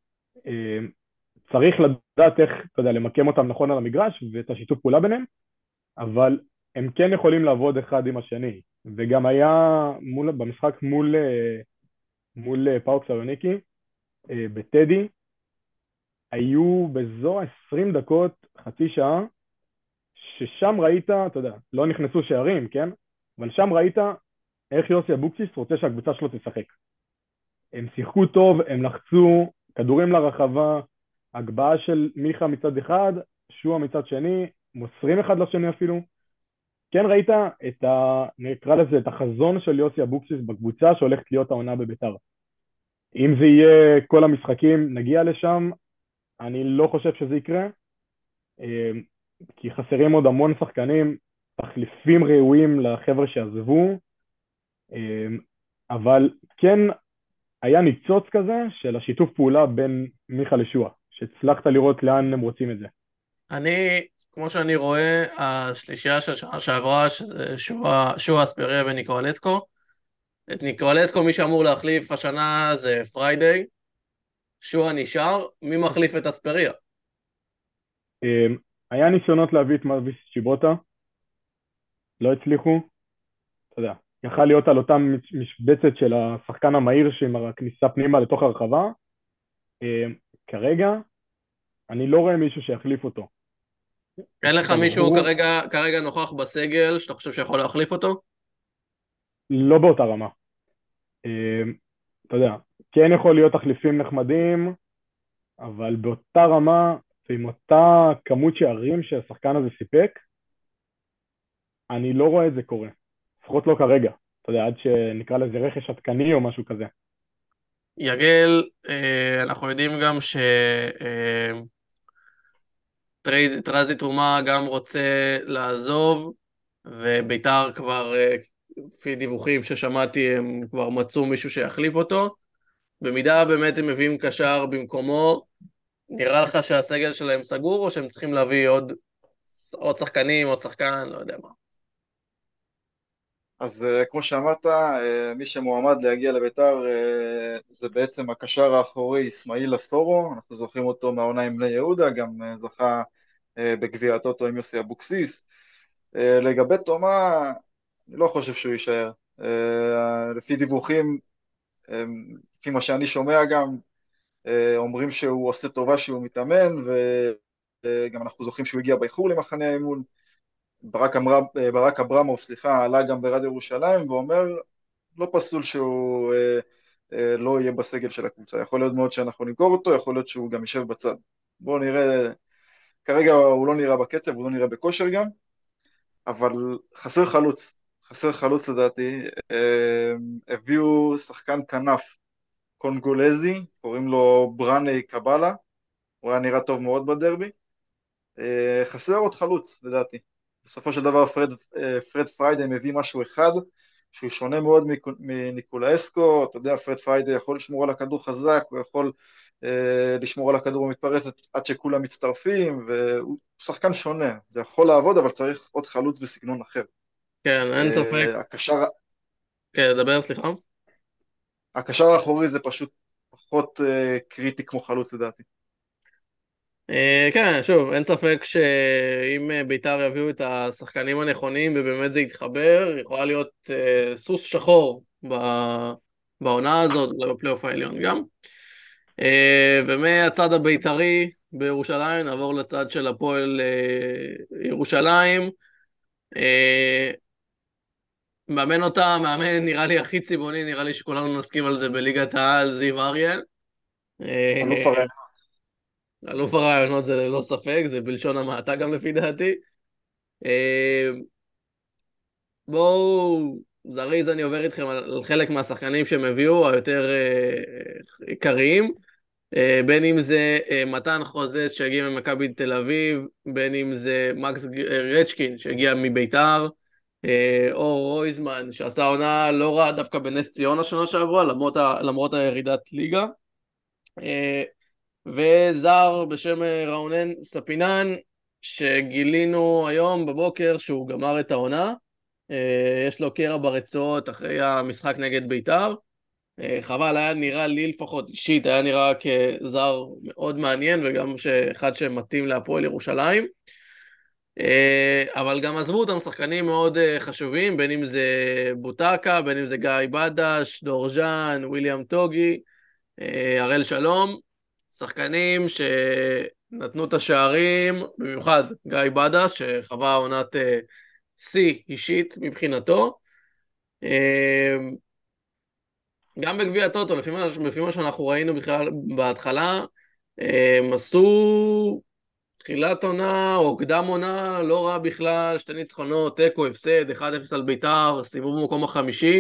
צריך לדעת איך, אתה יודע, למקם אותם נכון על המגרש ואת השיתוף פעולה ביניהם, אבל הם כן יכולים לעבוד אחד עם השני. וגם היה במשחק מול פאוק סלוניקי, בטדי, היו באזור 20 דקות, חצי שעה, ששם ראית, אתה יודע, לא נכנסו שערים, כן? אבל שם ראית איך יוסי אבוקסיס רוצה שהקבוצה שלו תשחק. הם שיחקו טוב, הם לחצו, כדורים לרחבה, הגבהה של מיכה מצד אחד, שועה מצד שני, מוסרים אחד לשני אפילו. כן ראית נקרא לזה, את החזון של יוסי אבוקסיס בקבוצה שהולכת להיות העונה בביתר. אם זה יהיה כל המשחקים, נגיע לשם, אני לא חושב שזה יקרה, כי חסרים עוד המון שחקנים, תחליפים ראויים לחבר'ה שעזבו, אבל כן היה ניצוץ כזה של השיתוף פעולה בין מיכה לשועה, שהצלחת לראות לאן הם רוצים את זה. כמו שאני רואה, השלישייה של שנה שעברה, שזה שואה, אספריה וניקולסקו. את ניקולסקו מי שאמור להחליף השנה זה פריידיי, שואה נשאר, מי מחליף את אספריה? היה ניסיונות להביא את מרוויס צ'יבוטה, לא הצליחו, אתה יודע, יכל להיות על אותה משבצת של השחקן המהיר עם הכניסה פנימה לתוך הרחבה. כרגע, אני לא רואה מישהו שיחליף אותו. אין לך מישהו כרגע נוכח בסגל שאתה חושב שיכול להחליף אותו? לא באותה רמה. אתה יודע, כן יכול להיות תחליפים נחמדים, אבל באותה רמה, ועם אותה כמות שערים שהשחקן הזה סיפק, אני לא רואה את זה קורה. לפחות לא כרגע. אתה יודע, עד שנקרא לזה רכש עדכני או משהו כזה. יגל, אנחנו יודעים גם טרזי תרומה גם רוצה לעזוב, וביתר כבר, לפי דיווחים ששמעתי, הם כבר מצאו מישהו שיחליף אותו. במידה באמת הם מביאים קשר במקומו, נראה לך שהסגל שלהם סגור, או שהם צריכים להביא עוד שחקנים, עוד שחקן, לא יודע מה. אז כמו שאמרת, מי שמועמד להגיע לביתר זה בעצם הקשר האחורי אסמאעיל אסורו, אנחנו זוכרים אותו מהעונה עם בני יהודה, גם זכה בגביע הטוטו עם יוסי אבוקסיס. לגבי תומה, אני לא חושב שהוא יישאר. לפי דיווחים, לפי מה שאני שומע גם, אומרים שהוא עושה טובה שהוא מתאמן, וגם אנחנו זוכרים שהוא הגיע באיחור למחנה האימון. ברק אברמוב, סליחה, עלה גם ברדיו ירושלים ואומר, לא פסול שהוא לא יהיה בסגל של הקבוצה. יכול להיות מאוד שאנחנו נמכור אותו, יכול להיות שהוא גם יישב בצד. בואו נראה, כרגע הוא לא נראה בקצב, הוא לא נראה בכושר גם, אבל חסר חלוץ. חסר חלוץ לדעתי. הביאו שחקן כנף קונגולזי, קוראים לו ברני קבלה, הוא היה נראה טוב מאוד בדרבי. חסר עוד חלוץ לדעתי. בסופו של דבר פרד פריידי מביא משהו אחד שהוא שונה מאוד מניקולאסקו. אתה יודע, פרד פריידי יכול לשמור על הכדור חזק, הוא יכול לשמור על הכדור המתפרצת עד שכולם מצטרפים, והוא שחקן שונה, זה יכול לעבוד, אבל צריך עוד חלוץ בסגנון אחר. כן, אין ספק. כן, דבר, סליחה. הקשר האחורי זה פשוט פחות קריטי כמו חלוץ לדעתי. כן, שוב, אין ספק שאם בית"ר יביאו את השחקנים הנכונים ובאמת זה יתחבר, יכולה להיות סוס שחור בעונה הזאת, אולי בפלייאוף העליון גם. ומהצד הבית"רי בירושלים נעבור לצד של הפועל ירושלים. אה, מאמן אותה, מאמן נראה לי הכי צבעוני, נראה לי שכולנו נסכים על זה בליגת העל, זיו אריה. אלוף אה, הרעיון. אלוף הרעיונות זה ללא ספק, זה בלשון המעטה גם לפי דעתי. אה, בואו, זריז אני עובר איתכם על חלק מהשחקנים שהם הביאו, היותר עיקריים. בין אם זה מתן חוזז שהגיע ממכבי תל אביב, בין אם זה מקס רצ'קין שהגיע מביתר, אור רויזמן שעשה עונה לא רעה דווקא בנס ציונה שנה שעברה, למרות הירידת ליגה. וזר בשם ראונן ספינן, שגילינו היום בבוקר שהוא גמר את העונה. יש לו קרע ברצועות אחרי המשחק נגד ביתר. חבל, היה נראה לי לפחות אישית, היה נראה כזר מאוד מעניין וגם אחד שמתאים להפועל ירושלים. אבל גם עזבו אותם שחקנים מאוד חשובים, בין אם זה בוטקה, בין אם זה גיא בדש, דורז'אן, וויליאם טוגי, הראל שלום, שחקנים שנתנו את השערים, במיוחד גיא בדש, שחווה עונת שיא אישית מבחינתו. גם בגביע הטוטו, לפי מה שאנחנו ראינו בכלל בהתחלה, הם עשו תחילת עונה או קדם עונה לא רע בכלל, שתי ניצחונות, תיקו, הפסד, 1-0 על ביתר, סיבוב במקום החמישי.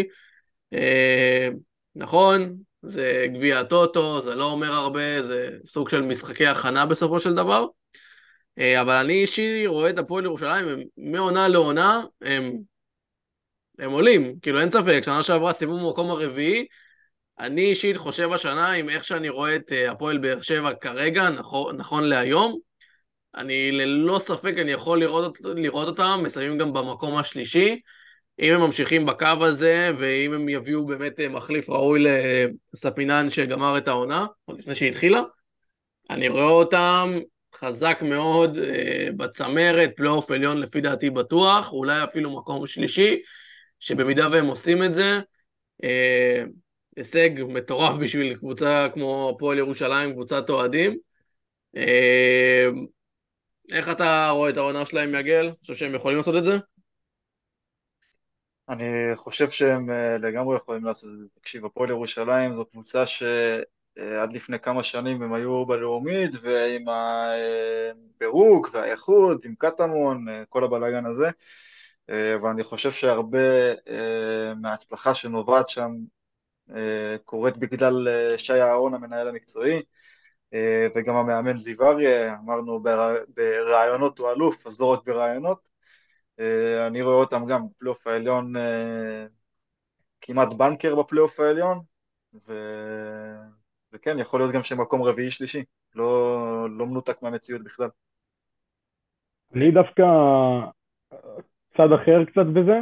נכון, זה גביע הטוטו, זה לא אומר הרבה, זה סוג של משחקי הכנה בסופו של דבר. אבל אני אישי רואה את הפועל ירושלים, מעונה לעונה, הם עולים, כאילו אין ספק, שנה שעברה סיבוב במקום הרביעי, אני אישית חושב השנה, עם איך שאני רואה את הפועל באר שבע כרגע, נכון להיום, אני ללא ספק אני יכול לראות אותם, מסיימים גם במקום השלישי, אם הם ממשיכים בקו הזה, ואם הם יביאו באמת מחליף ראוי לספינן שגמר את העונה, עוד לפני שהתחילה, אני רואה אותם חזק מאוד בצמרת, פלייאוף עליון לפי דעתי בטוח, אולי אפילו מקום שלישי, שבמידה והם עושים את זה, הישג מטורף בשביל קבוצה כמו הפועל ירושלים, קבוצת אוהדים. איך אתה רואה את העונה שלהם, יגל? חושב שהם יכולים לעשות את זה? אני חושב שהם לגמרי יכולים לעשות את זה. תקשיב, הפועל ירושלים זו קבוצה שעד לפני כמה שנים הם היו בלאומית, ועם הפירוק והאיחוד, עם קטמון, כל הבלאגן הזה, ואני חושב שהרבה מההצלחה שנובעת שם קורית בגלל שי אהרון, המנהל המקצועי, וגם המאמן זיו אריה. אמרנו ברעיונות הוא אלוף, אז לא רק ברעיונות. אני רואה אותם גם בפלייאוף העליון, כמעט בנקר בפלייאוף העליון, ו... וכן, יכול להיות גם שמקום רביעי שלישי, לא מנותק מהמציאות בכלל. אני דווקא צד אחר קצת בזה.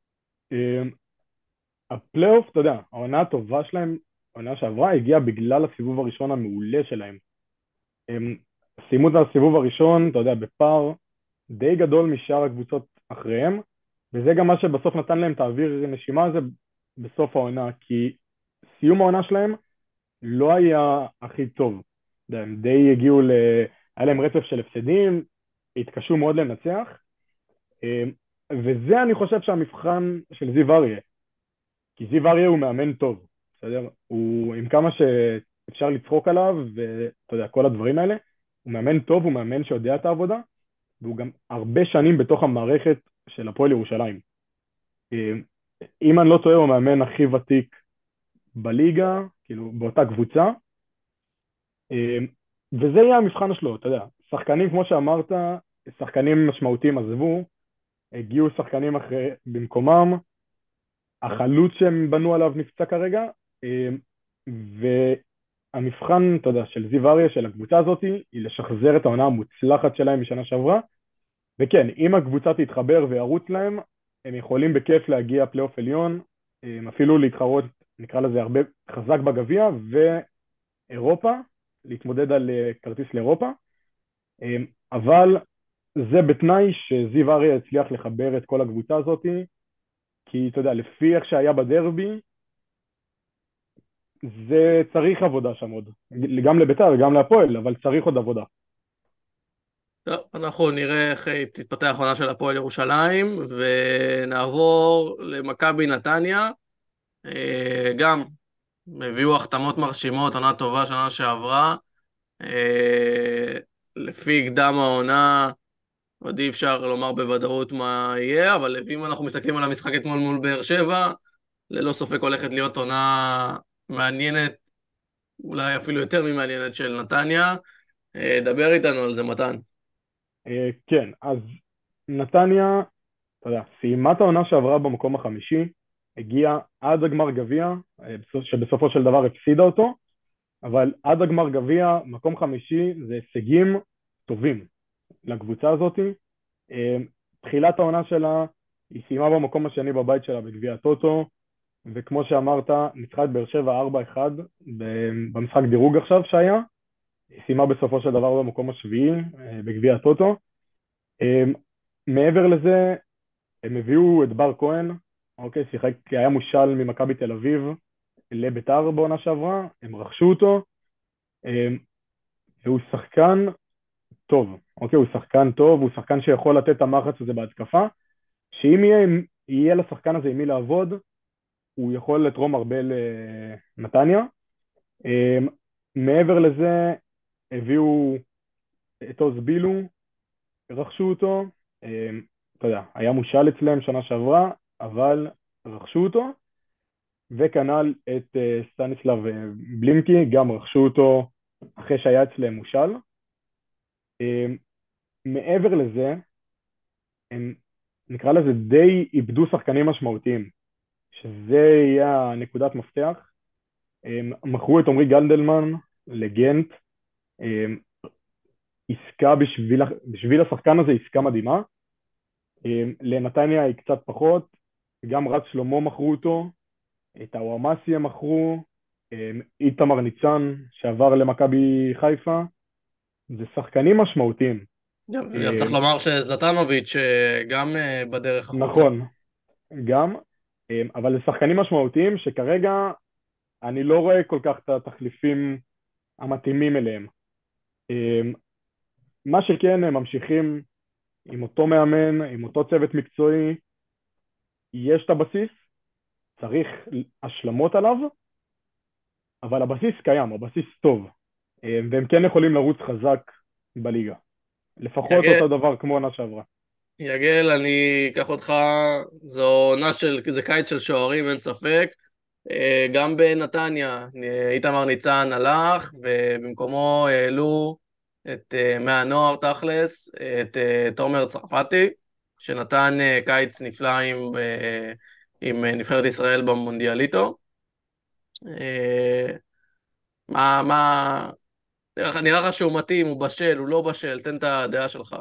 הפלייאוף, אתה יודע, העונה הטובה שלהם, העונה שעברה, הגיעה בגלל הסיבוב הראשון המעולה שלהם. הם סיימו את הסיבוב הראשון, אתה יודע, בפער די גדול משאר הקבוצות אחריהם, וזה גם מה שבסוף נתן להם את האוויר נשימה הזה בסוף העונה, כי סיום העונה שלהם לא היה הכי טוב. אתה יודע, הם די הגיעו היה להם רצף של הפסדים, התקשו מאוד לנצח, וזה אני חושב שהמבחן של זיו אריה, כי זיו אריה הוא מאמן טוב, בסדר? הוא עם כמה שאפשר לצחוק עליו, ואתה יודע, כל הדברים האלה, הוא מאמן טוב, הוא מאמן שיודע את העבודה, והוא גם הרבה שנים בתוך המערכת של הפועל ירושלים. אם אני לא טועה, הוא המאמן הכי ותיק בליגה, כאילו באותה קבוצה, וזה יהיה המבחן שלו, אתה יודע. שחקנים, כמו שאמרת, שחקנים משמעותיים עזבו, הגיעו שחקנים אחרי במקומם, החלוץ שהם בנו עליו נפצע כרגע, והמבחן, אתה יודע, של זיו אריה, של הקבוצה הזאת, היא לשחזר את העונה המוצלחת שלהם משנה שעברה, וכן, אם הקבוצה תתחבר וירוץ להם, הם יכולים בכיף להגיע פלייאוף עליון, אפילו להתחרות, נקרא לזה הרבה חזק בגביע, ואירופה, להתמודד על כרטיס לאירופה. אבל זה בתנאי שזיו אריה הצליח לחבר את כל הקבוצה הזאת, כי אתה יודע, לפי איך שהיה בדרבי, זה צריך עבודה שם עוד, גם לביתר וגם להפועל, אבל צריך עוד עבודה. טוב, אנחנו נראה איך תתפתח העונה של הפועל ירושלים, ונעבור למכבי נתניה. גם הביאו החתמות מרשימות, עונה טובה שנה שעברה. לפי קדם העונה, עוד אי אפשר לומר בוודאות מה יהיה, אבל אם אנחנו מסתכלים על המשחק אתמול מול באר שבע, ללא ספק הולכת להיות עונה מעניינת, אולי אפילו יותר ממעניינת של נתניה. דבר איתנו על זה, מתן. כן, אז נתניה, אתה יודע, סיימה את העונה שעברה במקום החמישי, הגיעה עד הגמר גביע, שבסופו של דבר הפסידה אותו, אבל עד הגמר גביע, מקום חמישי, זה הישגים טובים לקבוצה הזאת. תחילת העונה שלה, היא סיימה במקום השני בבית שלה בגביע הטוטו, וכמו שאמרת, ניצחה את באר שבע 4-1 במשחק דירוג עכשיו שהיה, היא סיימה בסופו של דבר במקום השביעי בגביע הטוטו. מעבר לזה, הם הביאו את בר כהן, אוקיי, שיחק, היה מושל ממכבי תל אביב לביתר בעונה שעברה, הם רכשו אותו, והוא שחקן טוב, אוקיי, הוא שחקן טוב, הוא שחקן שיכול לתת את המחץ הזה בהתקפה, שאם יהיה לשחקן הזה עם מי לעבוד, הוא יכול לתרום הרבה לנתניה. מעבר לזה, הביאו את עוז בילו, רכשו אותו, אתה יודע, היה מושל אצלם שנה שעברה, אבל רכשו אותו, וכנ"ל את סטניסלב בלינקי, גם רכשו אותו אחרי שהיה אצלם מושל. מעבר לזה, הם נקרא לזה די איבדו שחקנים משמעותיים, שזה יהיה נקודת מפתח. מכרו את עומרי גנדלמן לגנט, עסקה בשביל השחקן הזה, עסקה מדהימה. לנתניה היא קצת פחות, גם רז שלמה מכרו אותו, את הוואמאסי הם מכרו, איתמר ניצן שעבר למכבי חיפה, זה שחקנים משמעותיים. גם צריך לומר שזלטנוביץ' גם בדרך החוצה. נכון, גם, אבל זה שחקנים משמעותיים שכרגע אני לא רואה כל כך את התחליפים המתאימים אליהם. מה שכן, הם ממשיכים עם אותו מאמן, עם אותו צוות מקצועי, יש את הבסיס, צריך השלמות עליו, אבל הבסיס קיים, הבסיס טוב, והם כן יכולים לרוץ חזק בליגה. לפחות אותו דבר כמו עונה שעברה. יגל, אני אקח אותך, זו עונה זה קיץ של שוערים, אין ספק. גם בנתניה, איתמר ניצן הלך, ובמקומו העלו את מהנוער תכלס, את תומר צרפתי, שנתן קיץ נפלא עם נבחרת ישראל במונדיאליטו. מה, נראה לך שהוא מתאים, הוא בשל, הוא לא בשל, תן את הדעה שלך.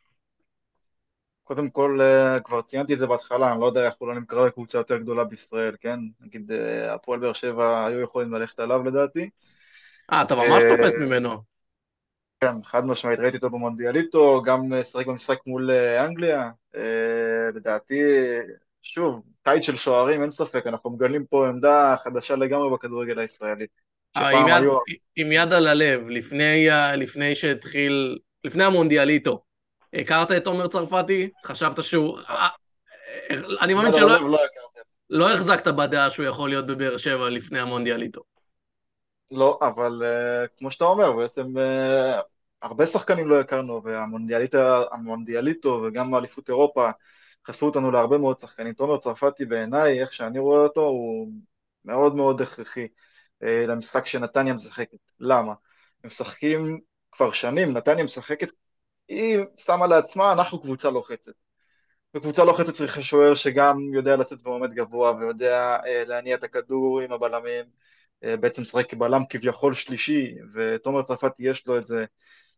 קודם כל, כבר ציינתי את זה בהתחלה, אני לא יודע איך הוא לא נמכר לקבוצה יותר גדולה בישראל, כן? נגיד, הפועל באר שבע היו יכולים ללכת עליו לדעתי. אתה ממש תופס ממנו. כן, חד משמעית, ראיתי אותו במונדיאליטו, גם שחק במשחק מול אנגליה. לדעתי, שוב, קיץ של שוערים, אין ספק, אנחנו מגלים פה עמדה חדשה לגמרי בכדורגל הישראלי. שפעם היו... עם יד על הלב, לפני שהתחיל, לפני המונדיאליטו, הכרת את תומר צרפתי? חשבת שהוא... אני מאמין יד על הלב לא הכרתי. לא החזקת בדעה שהוא יכול להיות בבאר שבע לפני המונדיאליטו. לא, אבל כמו שאתה אומר, בעצם הרבה שחקנים לא הכרנו, והמונדיאליטו וגם אליפות אירופה חשפו אותנו להרבה מאוד שחקנים. תומר צרפתי בעיניי, איך שאני רואה אותו, הוא מאוד מאוד הכרחי למשחק שנתניה משחקת. למה? הם משחקים כבר שנים, נתניה משחקת, היא שמה לעצמה, אנחנו קבוצה לוחצת. וקבוצה לוחצת צריכה שוער שגם יודע לצאת ועומד גבוה, ויודע להניע את הכדור עם הבלמים, בעצם שחק כבלם כביכול שלישי, ותומר צרפתי יש לו את זה.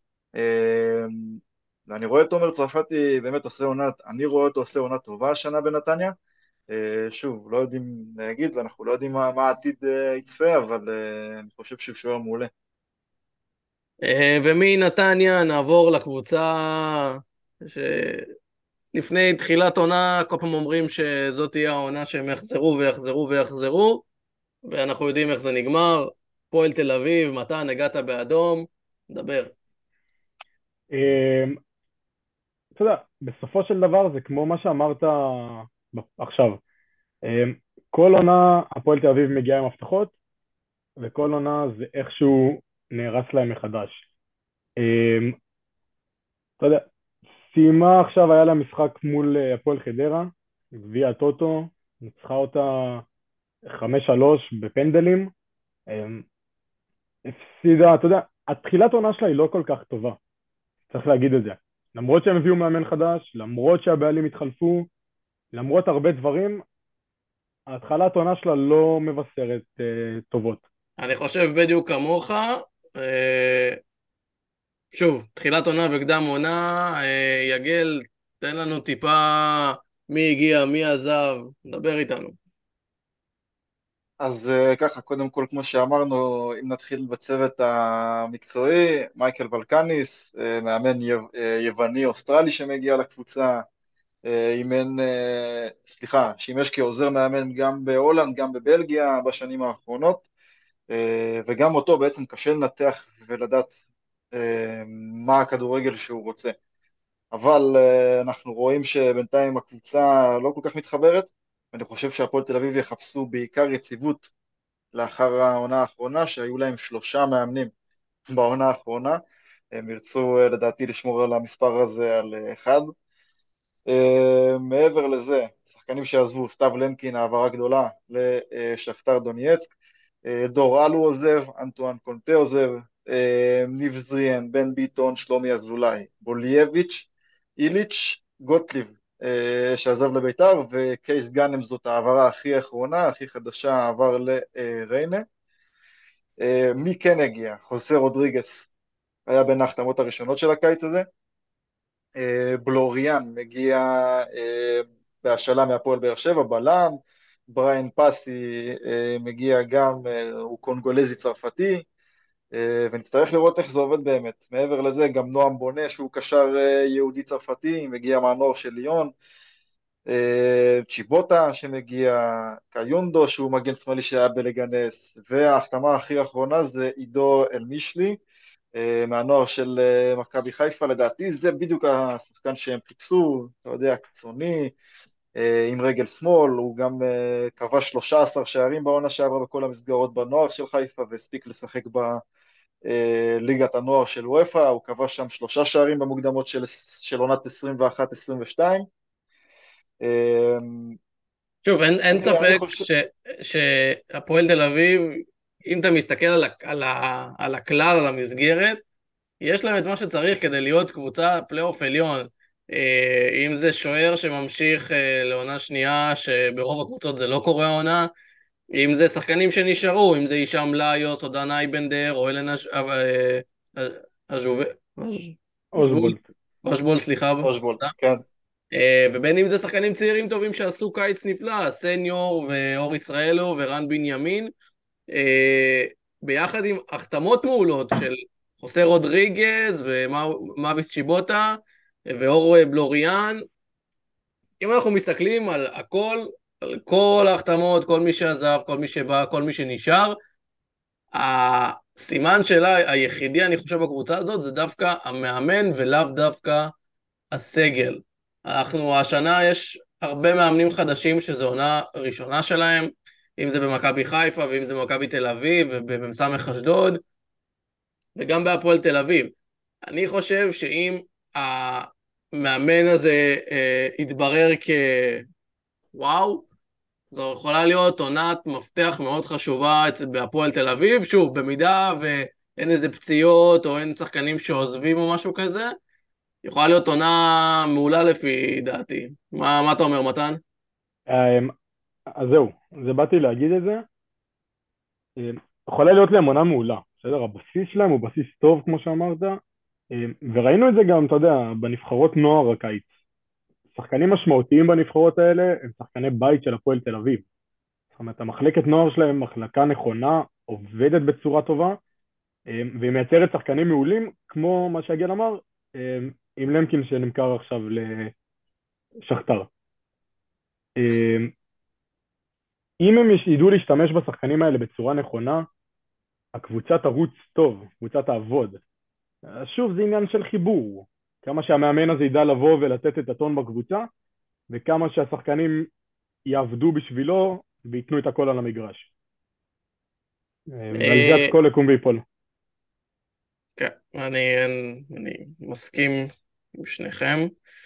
ואני רואה את תומר צרפתי באמת עושה עונה, אני רואה אותו עושה עונה טובה השנה בנתניה. שוב, לא יודעים להגיד, ואנחנו לא יודעים מה העתיד יצפה, אבל אני חושב שהוא שוער מעולה. ומנתניה נעבור לקבוצה שלפני תחילת עונה כל פעם אומרים שזאת תהיה העונה שהם יחזרו ויחזרו ויחזרו, ואנחנו יודעים איך זה נגמר. פועל תל אביב, מתן, הגעת באדום, דבר. אמ, אתה יודע, בסופו של דבר זה כמו מה שאמרת עכשיו. אמ, כל עונה הפועל תל אביב מגיעה עם הבטחות, וכל עונה זה איכשהו נהרס להם מחדש. אמ, אתה יודע, סיימה עכשיו, היה לה משחק מול הפועל חדרה, גביע הטוטו, ניצחה אותה 5-3 בפנדלים. אמ, הפסידה, אתה יודע, התחילת העונה שלה היא לא כל כך טובה, צריך להגיד את זה. למרות שהם הביאו מאמן חדש, למרות שהבעלים התחלפו, למרות הרבה דברים, התחלת העונה שלה לא מבשרת טובות. אני חושב בדיוק כמוך. אה, שוב, תחילת עונה וקדם עונה, יגל, תן לנו טיפה מי הגיע, מי עזב, דבר איתנו. אז ככה, קודם כל, כמו שאמרנו, אם נתחיל בצוות המקצועי, מייקל ולקניס, מאמן יווני-אוסטרלי שמגיע לקבוצה, שימש כעוזר מאמן גם בהולנד, גם בבלגיה בשנים האחרונות, וגם אותו בעצם קשה לנתח ולדעת מה הכדורגל שהוא רוצה. אבל אנחנו רואים שבינתיים הקבוצה לא כל כך מתחברת, ואני חושב שהפועל תל אביב יחפשו בעיקר יציבות לאחר העונה האחרונה, שהיו להם 3 מאמנים בעונה האחרונה, הם ירצו לדעתי לשמור על המספר הזה על 1. מעבר לזה, שחקנים שעזבו, סטאב למקין, העברה גדולה לשכתר דונייצק, דור אלו עוזב, אנטואן קונטה עוזב, ניב זריאן, בן ביטון, שלומי אזולאי, בולייביץ', איליץ', גוטליב, שעזב לביתר, וקייס גאנם, זאת העברה הכי האחרונה, הכי חדשה, עבר לריינה. מי כן הגיע? חוסה רודריגס היה בין ההחתמות הראשונות של הקיץ הזה. בלוריאן מגיע בהשאלה מהפועל באר שבע, בלם. בריין פאסי מגיע גם, הוא קונגולזי צרפתי, ונצטרך לראות איך זה עובד באמת. מעבר לזה, גם נועם בונה, שהוא קשר יהודי צרפתי, מגיע מהנוער של ליון, צ'יבוטה שמגיע, קיונדו שהוא מגן שמאלי שהיה בלגנס, וההחתמה הכי האחרונה זה עידו אלמישלי, מהנוער של מכבי חיפה. לדעתי זה בדיוק השחקן שהם חיפשו, אתה יודע, קיצוני, עם רגל שמאל, הוא גם כבש 13 שערים בעונה שעברה בכל המסגרות בנוער של חיפה, והספיק לשחק בליגת הנוער של וופא, הוא כבש שם 3 שערים במוקדמות של עונת 21-22. שוב, אין אני ספק חושב, שהפועל תל אביב, אם אתה מסתכל על הכלל, על המסגרת, יש להם את מה שצריך כדי להיות קבוצה פלייאוף עליון. אם זה שוער שממשיך לעונה שנייה, שברוב הקבוצות זה לא קורה העונה, אם זה שחקנים שנשארו, אם זה הישאם ליוס, או דן אייבנדר, או אלן אז'ובל, אוזבולט. אושבול, סליחה. אושבולט, כן. ובין אם זה שחקנים צעירים טובים שעשו קיץ נפלא, סניור ואור ישראלו ורן בנימין, ביחד עם החתמות מעולות של חוסה רודריגז ומאביס צ'יבוטה ואור בלוריאן. אם אנחנו מסתכלים על הכל, על כל ההחתמות, כל מי שעזב, כל מי שבא, כל מי שנשאר, הסימן שלה היחידי אני חושב בקבוצה הזאת זה דווקא המאמן ולאו דווקא הסגל. השנה יש הרבה מאמנים חדשים שזו עונה ראשונה שלהם, אם זה במכבי חיפה ואם זה במכבי תל אביב ובמסמך אשדוד וגם בהפועל תל אביב. אני חושב שאם המאמן הזה יתברר כוואו, זו יכולה להיות עונת מפתח מאוד חשובה בהפועל תל אביב. שוב, במידה ואין איזה פציעות או אין שחקנים שעוזבים או משהו כזה, יכולה להיות עונה מעולה לפי דעתי. מה אתה אומר, מתן? אז זהו, זה באתי להגיד את זה. יכולה להיות להם עונה מעולה, בסדר? הבסיס שלהם הוא בסיס טוב, כמו שאמרת, וראינו את זה גם, אתה יודע, בנבחרות נוער הקיץ. שחקנים משמעותיים בנבחרות האלה הם שחקני בית של הפועל תל אביב. זאת אומרת, המחלקת נוער שלהם מחלקה נכונה, עובדת בצורה טובה, והיא מייצרת שחקנים מעולים, כמו מה שהגל אמר, עם למקין שנמכר עכשיו לשכתר. אם הם ידעו להשתמש בשחקנים האלה בצורה נכונה, הקבוצה תרוץ טוב, קבוצה תעבוד. שוב, זה עניין של חיבור. כמה שהמאמן הזה ידע לבוא ולתת את הטון בקבוצה, וכמה שהשחקנים יעבדו בשבילו ויתנו את הכל על המגרש. ועל זה הכל יקום ויפול. כן, אני מסכים עם שניכם.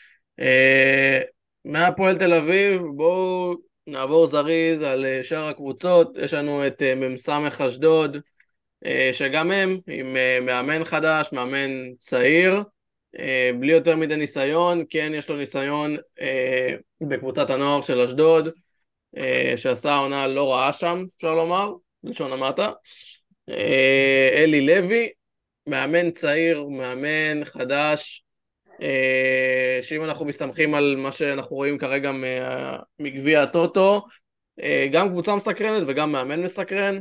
מהפועל תל אביב, בואו נעבור זריז על שאר הקבוצות. יש לנו את מ"ס אשדוד, שגם הם עם מאמן חדש, מאמן צעיר, בלי יותר מדי ניסיון. כן, יש לו ניסיון בקבוצת הנוער של אשדוד, שעשה עונה לא רעה שם, אפשר לומר, לשון המעטה. אלי לוי, מאמן צעיר, מאמן חדש, שאם אנחנו מסתמכים על מה שאנחנו רואים כרגע מגביע הטוטו, גם קבוצה מסקרנת וגם מאמן מסקרן.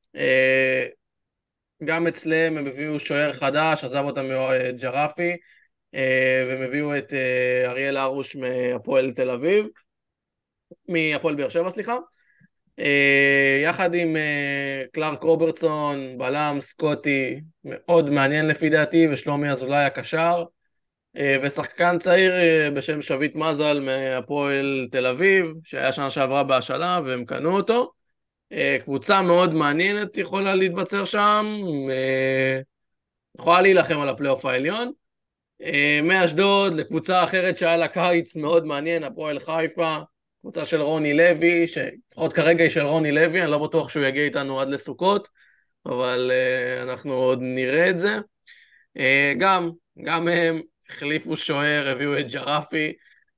גם אצלם הם הביאו שוער חדש, עזב אותם ג'רפי, והם הביאו את אריאל ארוש מהפועל תל אביב, מהפועל באר שבע, סליחה. יחד עם קלארק רוברטסון, בלם סקוטי, מאוד מעניין לפי דעתי, ושלומי אזולאי הקשר, ושחקן צעיר בשם שביט מזל מהפועל תל אביב, שהיה שנה שעברה בהשאלה והם קנו אותו. קבוצה מאוד מעניינת יכולה להתבצר שם, יכולה להילחם על הפלייאוף העליון. מאשדוד לקבוצה אחרת שהיה לה קיץ מאוד מעניין, הפועל חיפה, קבוצה של רוני לוי, שלפחות כרגע היא של רוני לוי, אני לא בטוח שהוא יגיע איתנו עד לסוכות, אבל אנחנו עוד נראה את זה. גם הם החליפו שוער, הביאו את ג'רפי,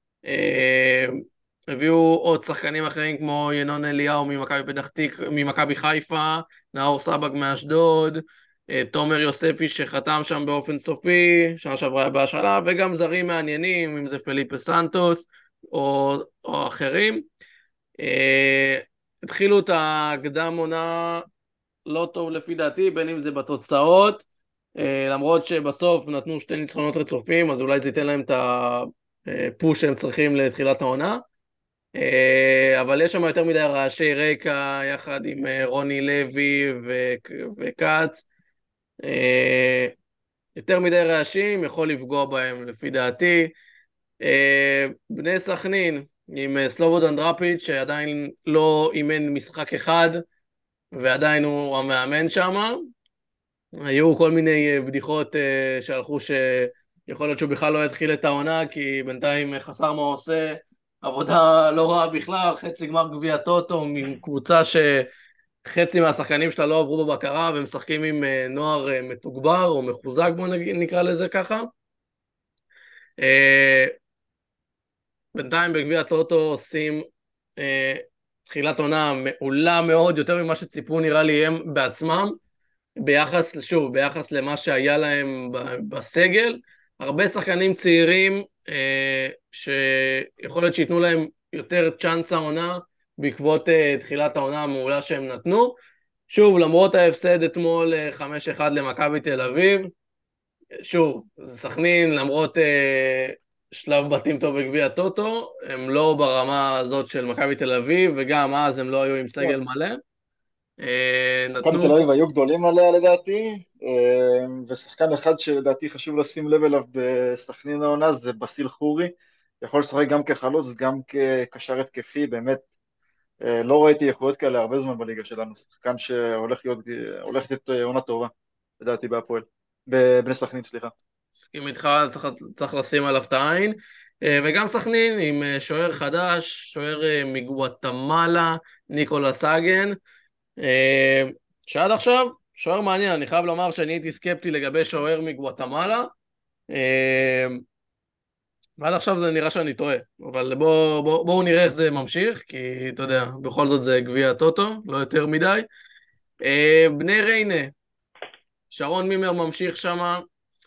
הביאו עוד שחקנים אחרים כמו ינון אליהו ממכבי חיפה, נאור סבג מאשדוד, תומר יוספי שחתם שם באופן סופי, שנה שעברה בהשאלה, וגם זרים מעניינים, אם זה פליפה סנטוס או אחרים. התחילו את הקדם עונה לא טוב לפי דעתי, בין אם זה בתוצאות, למרות שבסוף נתנו 2 ניצחונות רצופים, אז אולי זה ייתן להם את הפוש שהם צריכים לתחילת העונה. אבל יש שם יותר מדי רעשי רקע יחד עם רוני לוי וקץ. יותר מדי רעשים יכול לפגוע בהם לפי דעתי. בני סכנין עם סלובודן דראפיץ' שעדיין לא אימן משחק אחד ועדיין הוא המאמן שם. היו כל מיני בדיחות שהלכו שיכול להיות שהוא בכלל לא יתחיל את העונה, כי בינתיים חסר מה עושה, עבודה לא רעה בכלל, חצי גמר גביע טוטו מקבוצה שחצי מהשחקנים שלה לא עברו בבקרה והם משחקים עם נוער מתוגבר או מחוזק, בוא נקרא לזה ככה. בינתיים בגביע טוטו עושים תחילת עונה מעולה מאוד, יותר ממה שציפו נראה לי הם בעצמם, ביחס למה שהיה להם בסגל. הרבה שחקנים צעירים שיכול להיות שיתנו להם יותר צ'אנס העונה בעקבות תחילת העונה המעולה שהם נתנו. שוב, למרות ההפסד אתמול 5-1 למכבי תל אביב, שוב, סכנין למרות שלב בתים טוב בגביע טוטו, הם לא ברמה הזאת של מכבי תל אביב, וגם אז הם לא היו עם סגל מלא. מכבי תל אביב היו גדולים עליה לדעתי, ושחקן אחד שלדעתי חשוב לשים לב אליו בסכנין העונה זה בסיל חורי, יכול לשחק גם כחלוץ, גם כקשר התקפי, באמת לא ראיתי יכולות כאלה הרבה זמן בליגה שלנו, שחקן שהולך לתת עונה טובה, לדעתי בהפועל, בבני סכנין, סליחה. מסכים איתך, צריך לשים עליו את העין, וגם סכנין עם שוער חדש, שוער מגואטמלה, ניקולס אגן, שעד עכשיו, שוער מעניין, אני חייב לומר שאני הייתי סקפטי לגבי שוער מגואטמלה, ועד עכשיו זה נראה שאני טועה, אבל בואו נראה איך זה ממשיך, כי אתה יודע, בכל זאת זה גביע טוטו, לא יותר מדי. בני ריינה, שרון מימר ממשיך שמה,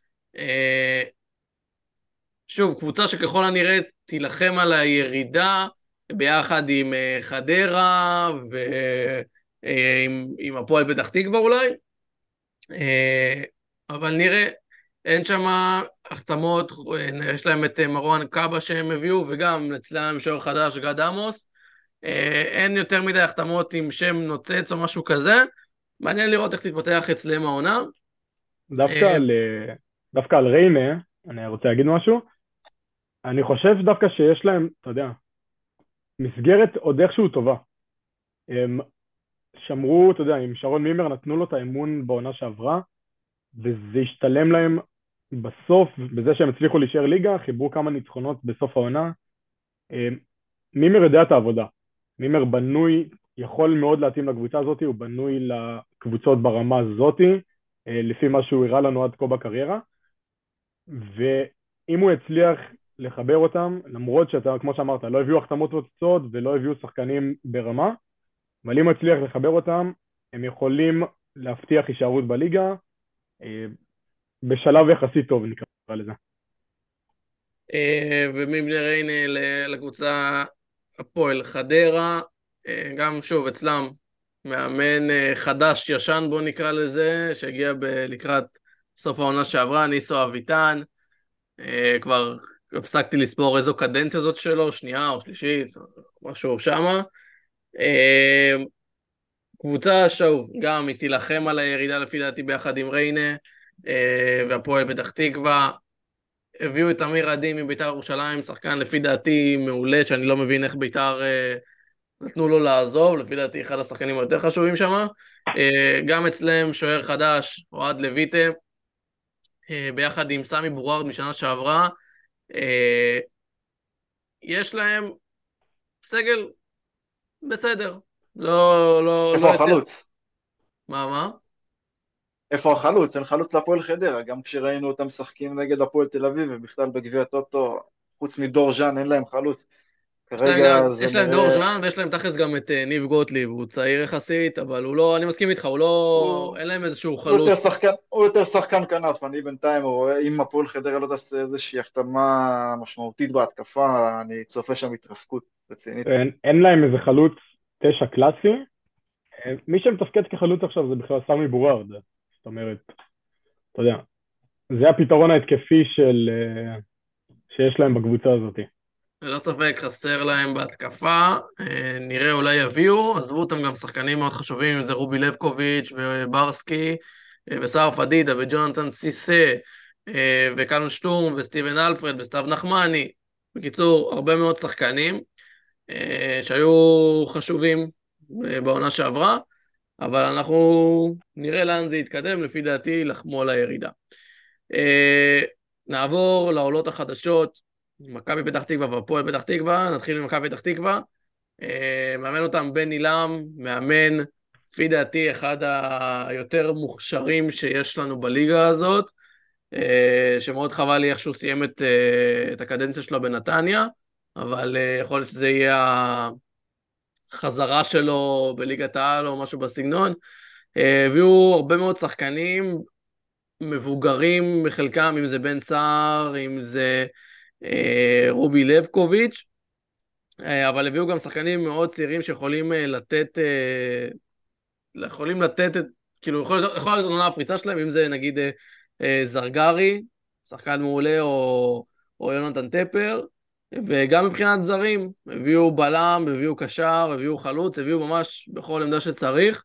שוב, קבוצה שככל הנראה תילחם על הירידה, ביחד עם חדרה, ועם הפועל פתח תקווה אולי, אה, אבל נראה, אין שם החתמות, יש להם את מרואן קאבה שהם הביאו, וגם אצלם שוער חדש גד עמוס. אין יותר מדי החתמות עם שם נוצץ או משהו כזה. מעניין לראות איך תתפתח אצלם העונה. דווקא אה, על, דווקא על ריינה, אני רוצה להגיד משהו. אני חושב דווקא שיש להם, אתה יודע, מסגרת עוד איכשהו טובה. הם שמרו, אתה יודע, עם שרון מימר נתנו לו את האמון בעונה שעברה, וזה השתלם להם בסוף, בזה שהם הצליחו להישאר ליגה, חיברו כמה ניצחונות בסוף העונה. מימר יודע את העבודה. מימר בנוי, יכול מאוד להתאים לקבוצה הזאת, הוא בנוי לקבוצות ברמה הזאת, לפי מה שהוא הראה לנו עד כה בקריירה, ואם הוא הצליח לחבר אותם, למרות שאתה, כמו שאמרת, לא הביאו החתמות ותוצאות ולא הביאו שחקנים ברמה, אבל אם הוא הצליח לחבר אותם, הם יכולים להבטיח הישארות בליגה, בשלב יחסית טוב נקרא לזה. ומבני ריינה לקבוצה הפועל חדרה, גם שוב אצלם מאמן חדש ישן בוא נקרא לזה, שהגיע לקראת סוף העונה שעברה, ניסו אביטן. כבר הפסקתי לספור איזו קדנציה זאת שלו, שנייה או שלישית, משהו שמה. קבוצה שוב, גם היא תילחם על הירידה לפי דעתי ביחד עם ריינה, והפועל פתח תקווה. הביאו את אמיר עדי מביתר ירושלים, שחקן לפי דעתי מעולה, שאני לא מבין איך ביתר נתנו לו לעזוב, לפי דעתי אחד השחקנים היותר חשובים שם. גם אצלם שוער חדש, אוהד לויטה, ביחד עם סמי בורארד משנה שעברה. יש להם סגל בסדר, לא איפה יותר. החלוץ? מה? איפה החלוץ? אין חלוץ להפועל חדרה, גם כשראינו אותם משחקים נגד הפועל תל אביב ובכלל בגביע הטוטו, חוץ מדור ז'אן אין להם חלוץ. כרגע זה יש להם דור נראה, ז'אן, ויש להם תכלס גם את ניב גוטליב, הוא צעיר יחסית, אבל הוא לא, אני מסכים איתך, הוא לא, הוא, אין להם איזשהו הוא יותר חלוץ. שחקן, הוא יותר שחקן כנף. אני בינתיים רואה, אם הפועל חדרה לא תעשה איזושהי החתמה משמעותית בהתקפה, אני צופה שם התרסקות רצינית. אין להם איזה חלוץ תשע קלאסי, מי שמתפקד כחלוץ עכשיו זה בכלל סמי בורארד, זאת אומרת, אתה יודע, זה הפתרון ההתקפי שיש להם בקבוצה הזאת. ללא ספק חסר להם בהתקפה, נראה אולי יביאו, עזבו אותם גם שחקנים מאוד חשובים, אם זה רובי לבקוביץ' וברסקי, וסער פדידה וג'ונתן סיסה, וקלון שטורם וסטיבן אלפרד וסתיו נחמני. בקיצור, הרבה מאוד שחקנים שהיו חשובים בעונה שעברה, אבל אנחנו נראה לאן זה יתקדם, לפי דעתי לחמו על הירידה. נעבור לעולות החדשות, מכבי פתח תקווה והפועל פתח תקווה. נתחיל עם מכבי פתח תקווה. מאמן אותם בן עילם, מאמן, לפי דעתי, אחד היותר מוכשרים שיש לנו בליגה הזאת, שמאוד חבל לי איך שהוא סיים את הקדנציה שלו בנתניה, אבל יכול להיות שזה יהיה החזרה שלו בליגת העל או משהו בסגנון. הביאו הרבה מאוד שחקנים מבוגרים בחלקם, אם זה בן סער, אם זה רובי לבקוביץ', אבל הביאו גם שחקנים מאוד צעירים שיכולים לתת כאילו, יכול להיות עונה הפריצה שלהם, אם זה נגיד זרגרי, שחקן מעולה, או יונתן טפר, וגם מבחינת זרים, הביאו בלם, הביאו קשר, הביאו חלוץ, הביאו ממש בכל עמדה שצריך.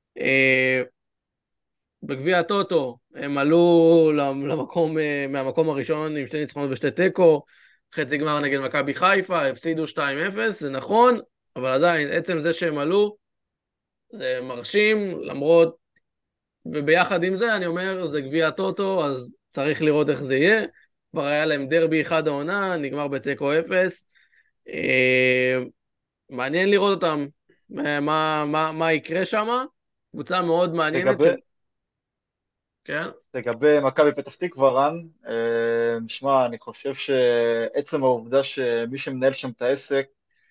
בגביע הטוטו הם עלו מהמקום הראשון עם שתי ניצחונות ושתי תיקו, חצי גמר נגד מכבי חיפה, הפסידו 2-0, זה נכון, אבל עדיין עצם זה שהם עלו זה מרשים, למרות, וביחד עם זה אני אומר, זה גביע הטוטו, אז צריך לראות איך זה יהיה. כבר היה להם דרבי אחד העונה, נגמר בתיקו 0. מעניין לראות אותם, מה יקרה שם. קבוצה מאוד מעניינת לגבי, כן? לגבי מכבי פתח תקווה, רן, שמע, אני חושב שעצם העובדה שמי שמנהל שם את העסק,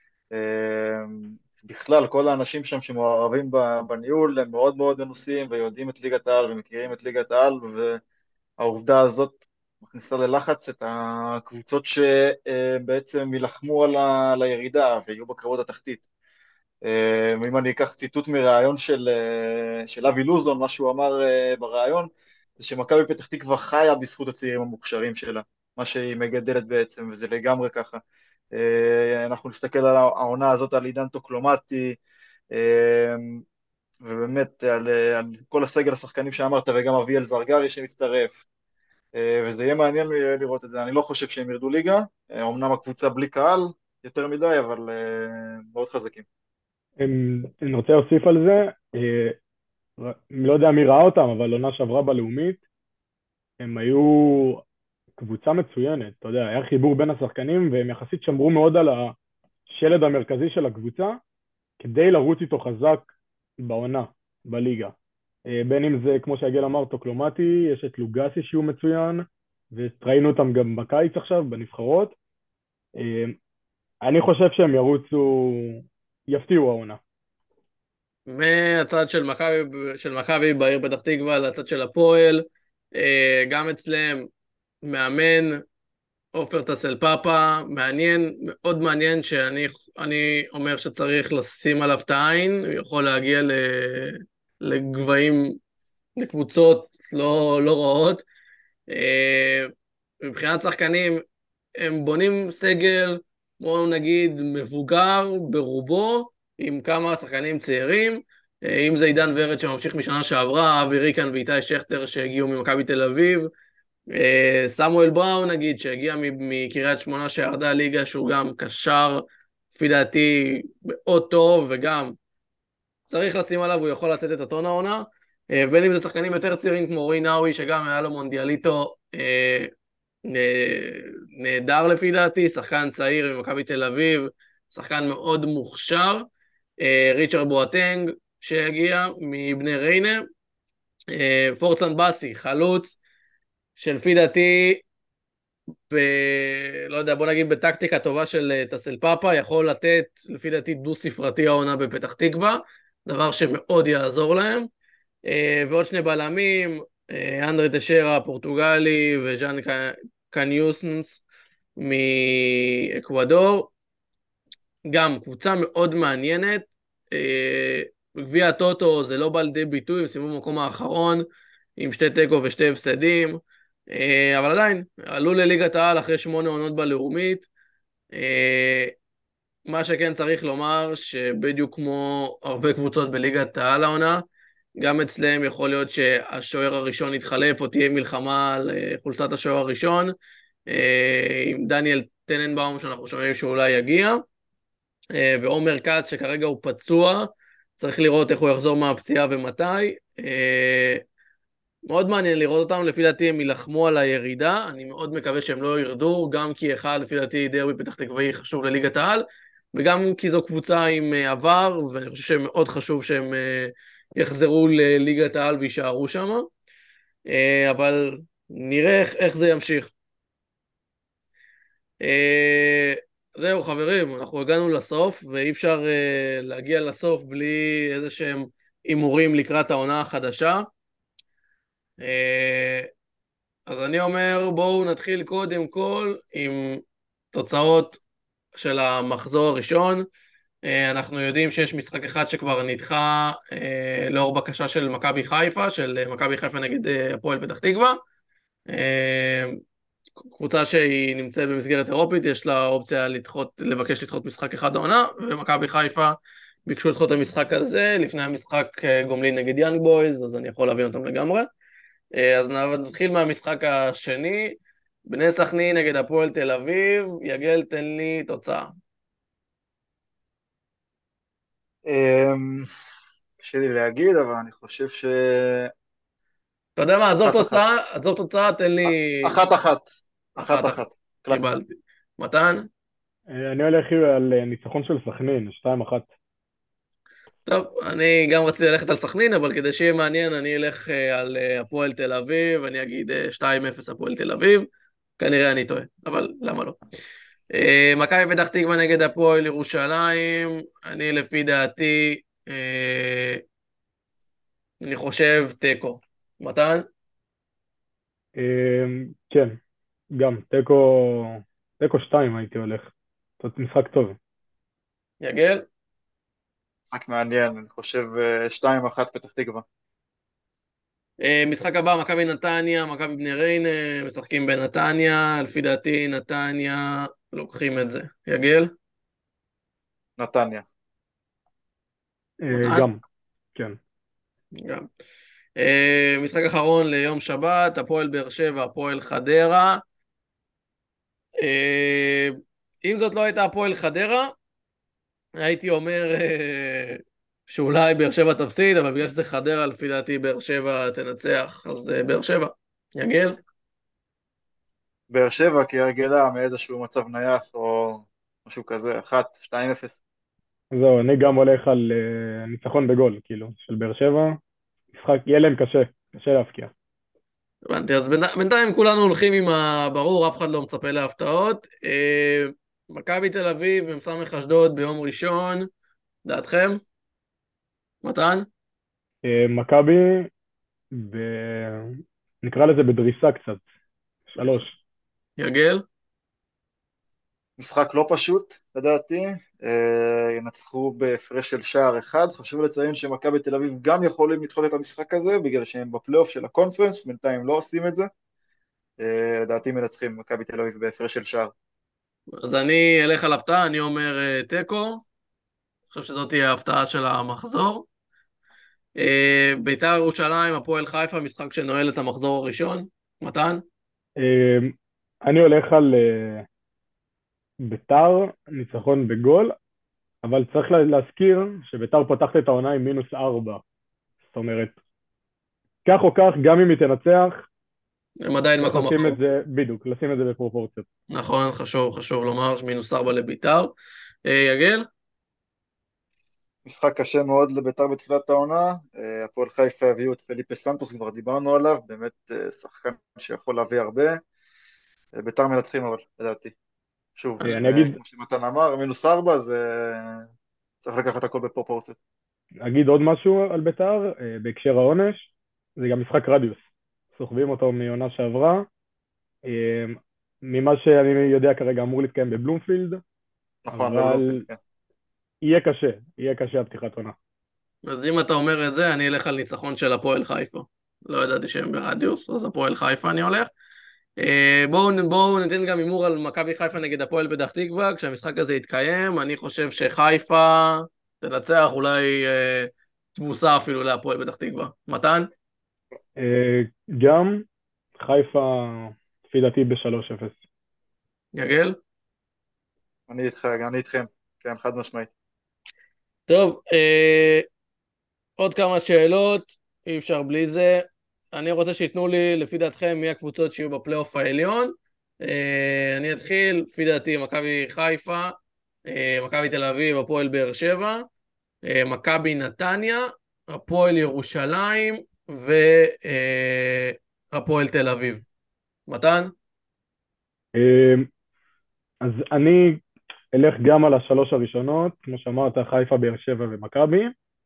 בכלל, כל האנשים שם שמעורבים בניהול הם מאוד מאוד מנוסים ויודעים את ליגת העל ומכירים את ליגת העל, והעובדה הזאת מכניסה ללחץ את הקבוצות שבעצם ילחמו על הירידה ויהיו בקרבות התחתית. אם אני אקח ציטוט מראיון של אבי לוזון, מה שהוא אמר בראיון, זה שמכבי פתח תקווה חיה בזכות הצעירים המוכשרים שלה, מה שהיא מגדלת בעצם, וזה לגמרי ככה. אנחנו נסתכל על העונה הזאת, על עידן טוקלומטי, ובאמת על כל הסגל השחקנים שאמרת, וגם אביאל זרגרי שמצטרף, וזה יהיה מעניין לראות את זה. אני לא חושב שהם ירדו ליגה, אמנם הקבוצה בלי קהל יותר מדי, אבל מאוד חזקים. אני רוצה להוסיף על זה, לא יודע מי ראה אותם, אבל עונה שעברה בלאומית, הם היו קבוצה מצוינת, אתה יודע, היה חיבור בין השחקנים, והם יחסית שמרו מאוד על השלד המרכזי של הקבוצה, כדי לרוץ איתו חזק בעונה, בליגה. בין אם זה, כמו שהגיל אמר, טוקלומטי, יש את לוגסי שהוא מצוין, וראינו אותם גם בקיץ עכשיו, בנבחרות. אני חושב שהם ירוצו, יפתיעו העונה. מהצד של מכבי בעיר פתח תקווה לצד של הפועל, גם אצלם מאמן עופר טסל פאפה, מעניין, מאוד מעניין, שאני אומר שצריך לשים עליו את העין, הוא יכול להגיע לגבהים, לקבוצות לא רעות. מבחינת שחקנים, הם בונים סגל, בואו נגיד, מבוגר ברובו, עם כמה שחקנים צעירים, אם זה עידן ורד שממשיך משנה שעברה, אבי ריקן ואיתי שכטר שהגיעו ממכבי תל אביב, סמואל בראון נגיד שהגיע מקריית שמונה שירדה ליגה, שהוא גם קשר לפי דעתי מאוד טוב, וגם צריך לשים עליו, הוא יכול לתת את הטון העונה, בין אם זה שחקנים יותר צעירים כמו רועי נאווי שגם היה לו מונדיאליטו נהדר לפי דעתי, שחקן צעיר ממכבי תל אביב, שחקן מאוד מוכשר, ריצ'רד בואטנג שהגיע מבני ריינה, פורצן בסי, חלוץ, שלפי דעתי, לא יודע, בוא נגיד בטקטיקה טובה של טסל פאפה, יכול לתת לפי דעתי דו ספרתי העונה בפתח תקווה, דבר שמאוד יעזור להם, ועוד שני בלמים, אנדרי טשרה הפורטוגלי וז'אן קניוסנס מאקוודור, גם קבוצה מאוד מעניינת. גביע הטוטו זה לא בא לידי ביטוי, הם סיימו במקום האחרון עם שתי תיקו ושתי הפסדים, אבל עדיין עלו לליגת העל אחרי 8 עונות בלאומית. מה שכן צריך לומר שבדיוק כמו הרבה קבוצות בליגת העל העונה, גם אצלם יכול להיות שהשוער הראשון יתחלף או תהיה מלחמה על חולצת השוער הראשון, עם דניאל טננבאום שאנחנו שומעים שאולי יגיע, ועומר קאץ שכרגע הוא פצוע, צריך לראות איך הוא יחזור מהפציעה ומתי. מאוד מעניין לראות אותם, לפי דעתי הם ילחמו על הירידה, אני מאוד מקווה שהם לא ירדו, גם כי אחד לפי דעתי דרבי פתח תקוואי חשוב לליגת העל, וגם כי זו קבוצה עם עבר, ואני חושב שמאוד חשוב שהם יחזרו לליגת העל וישארו שם, אבל נראה איך זה ימשיך. זהו חברים, אנחנו הגענו לסוף, ואי אפשר להגיע לסוף בלי איזה שהם הימורים לקראת העונה החדשה. אז אני אומר בואו נתחיל קודם כל עם תוצאות של המחזור הראשון. אנחנו יודעים שיש משחק אחד שכבר נדחה לאור בקשה של מכבי חיפה, של מכבי חיפה נגד הפועל פתח תקווה. קבוצה שהיא נמצאת במסגרת אירופית, יש לה אופציה לבקש לדחות משחק אחד העונה, ומכבי חיפה ביקשו לדחות את המשחק הזה לפני המשחק גומלין נגד יאנג בויז, אז אני יכול להבין אותם לגמרי. אז נתחיל מהמשחק השני, בני סכנין נגד הפועל תל אביב. יגל, תן לי תוצאה. קשה לי להגיד, אבל אני חושב אתה יודע מה, אחת אחת. עזוב תוצאה, תן לי... אחת אחת. אחת. אחת אחת. קלאסי. קיבלתי. מתן? אני הולך על ניצחון של סכנין, 2-1. טוב, אני גם רציתי ללכת על סכנין, אבל כדי שיהיה מעניין, אני אלך על הפועל תל אביב, אני אגיד 2-0 הפועל תל אביב, כנראה אני טועה, אבל למה לא? מכבי פתח תקווה נגד הפועל ירושלים, אני לפי דעתי, אני חושב תיקו. מתן? כן, גם תיקו 2 הייתי הולך. זאת משחק טוב. יגל? רק מעניין, אני חושב 2-1 פתח תקווה. משחק הבא, מכבי נתניה, מכבי בני ריינה, משחקים בנתניה, לפי דעתי נתניה לוקחים את זה. יגל? נתניה. מתן? גם, כן. גם. משחק אחרון ליום שבת, הפועל באר שבע, הפועל חדרה. אה, אם זאת לא הייתה הפועל חדרה, הייתי אומר שאולי באר שבע תפסיד, אבל בגלל שזה חדרה, לפי דעתי באר שבע תנצח, אז באר שבע. יגל? באר שבע כהרגלה מאיזשהו מצב נייח או משהו כזה, 1-2-0. זהו, אני גם הולך על ניצחון בגול, כאילו, של באר שבע. משחק, יהיה להם קשה, קשה להפקיע. הבנתי, אז בינתיים כולנו הולכים עם הברור, אף אחד לא מצפה להפתעות. מכבי תל אביב ומס' אשדוד ביום ראשון, דעתכם? מתן? מכבי, ב... נקרא לזה בדריסה קצת, 3. יגל? משחק לא פשוט, לדעתי, ינצחו בהפרש של שער אחד. חשוב לציין שמכבי תל אביב גם יכולים לדחות את המשחק הזה, בגלל שהם בפלייאוף של הקונפרנס, בינתיים לא עושים את זה. לדעתי מנצחים מכבי תל אביב בהפרש של שער. אז אני אלך על הפתעה, אני אומר תיקו. אני חושב שזאת תהיה ההפתעה של המחזור. בית"ר ירושלים, הפועל חיפה, משחק שנועל את המחזור הראשון. מתן? אני הולך על ביתר, ניצחון בגול, אבל צריך להזכיר שביתר פותחת את העונה עם -4. זאת אומרת, כך או כך, גם אם היא תנצח, הם עדיין צריך מקום לשים אחרון. את זה, בדיוק, לשים את זה בפרופורציות. נכון, חשוב לומר, -4 לבית"ר. יגל? משחק קשה מאוד לביתר בתחילת העונה. הפועל חיפה הביאו את פליפה סנטוס, כבר דיברנו עליו, באמת שחקן שיכול להביא הרבה. ביתר מנצחים אבל, לדעתי. שוב, אני אגיד, כמו שמתן אמר, -4, זה צריך לקחת הכל בפרופורציות. אגיד עוד משהו על ביתר, בהקשר העונש, זה גם משחק רדיוס. סוחבים אותו מעונה שעברה, ממה שאני יודע כרגע אמור להתקיים בבלומפילד, נכון, בבלומפילד, אבל כן. יהיה קשה הפתיחת עונה. אז אם אתה אומר את זה, אני אלך על ניצחון של הפועל חיפה. לא ידעתי שהם ברדיוס, אז הפועל חיפה אני הולך. בואו ניתן גם הימור על מכבי חיפה נגד הפועל פתח תקווה, כשהמשחק הזה יתקיים, אני חושב שחיפה תנצח אולי תבוסה אפילו להפועל פתח תקווה. מתן? גם חיפה, לפי דעתי ב-3-0. יגל? אני איתך, אני איתכם, כן, חד משמעית. טוב, עוד כמה שאלות, אי אפשר בלי זה. אני רוצה שייתנו לי, לפי דעתכם, מי הקבוצות שיהיו בפלייאוף העליון. אני אתחיל, לפי דעתי, מכבי חיפה, מכבי תל אביב, הפועל באר שבע, מכבי נתניה, הפועל ירושלים והפועל תל אביב. מתן? אז אני אלך גם על השלוש הראשונות, כמו שאמרת, חיפה, באר שבע ומכבי.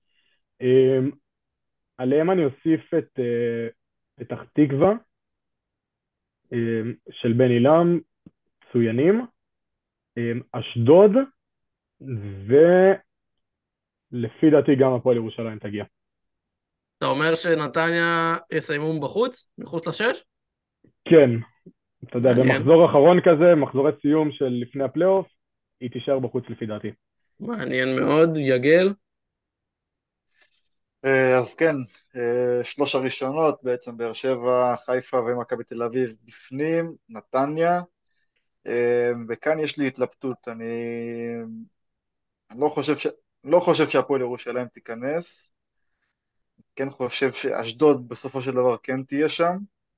עליהם אני אוסיף את פתח תקווה של בן אילם, מצוינים, אשדוד, ולפי דעתי גם הפועל ירושלים תגיע. אתה אומר שנתניה יסיימו בחוץ? מחוץ לשש? כן, אתה יודע, מעניין. במחזור אחרון כזה, מחזורי סיום של לפני הפלייאוף, היא תישאר בחוץ לפי דעתי. מעניין מאוד. יגל? אז כן, שלוש הראשונות, בעצם באר שבע, חיפה ומכבי תל אביב בפנים, נתניה, וכאן יש לי התלבטות, אני לא חושב שהפועל ירושלים תיכנס, כן חושב שאשדוד בסופו של דבר כן תהיה שם,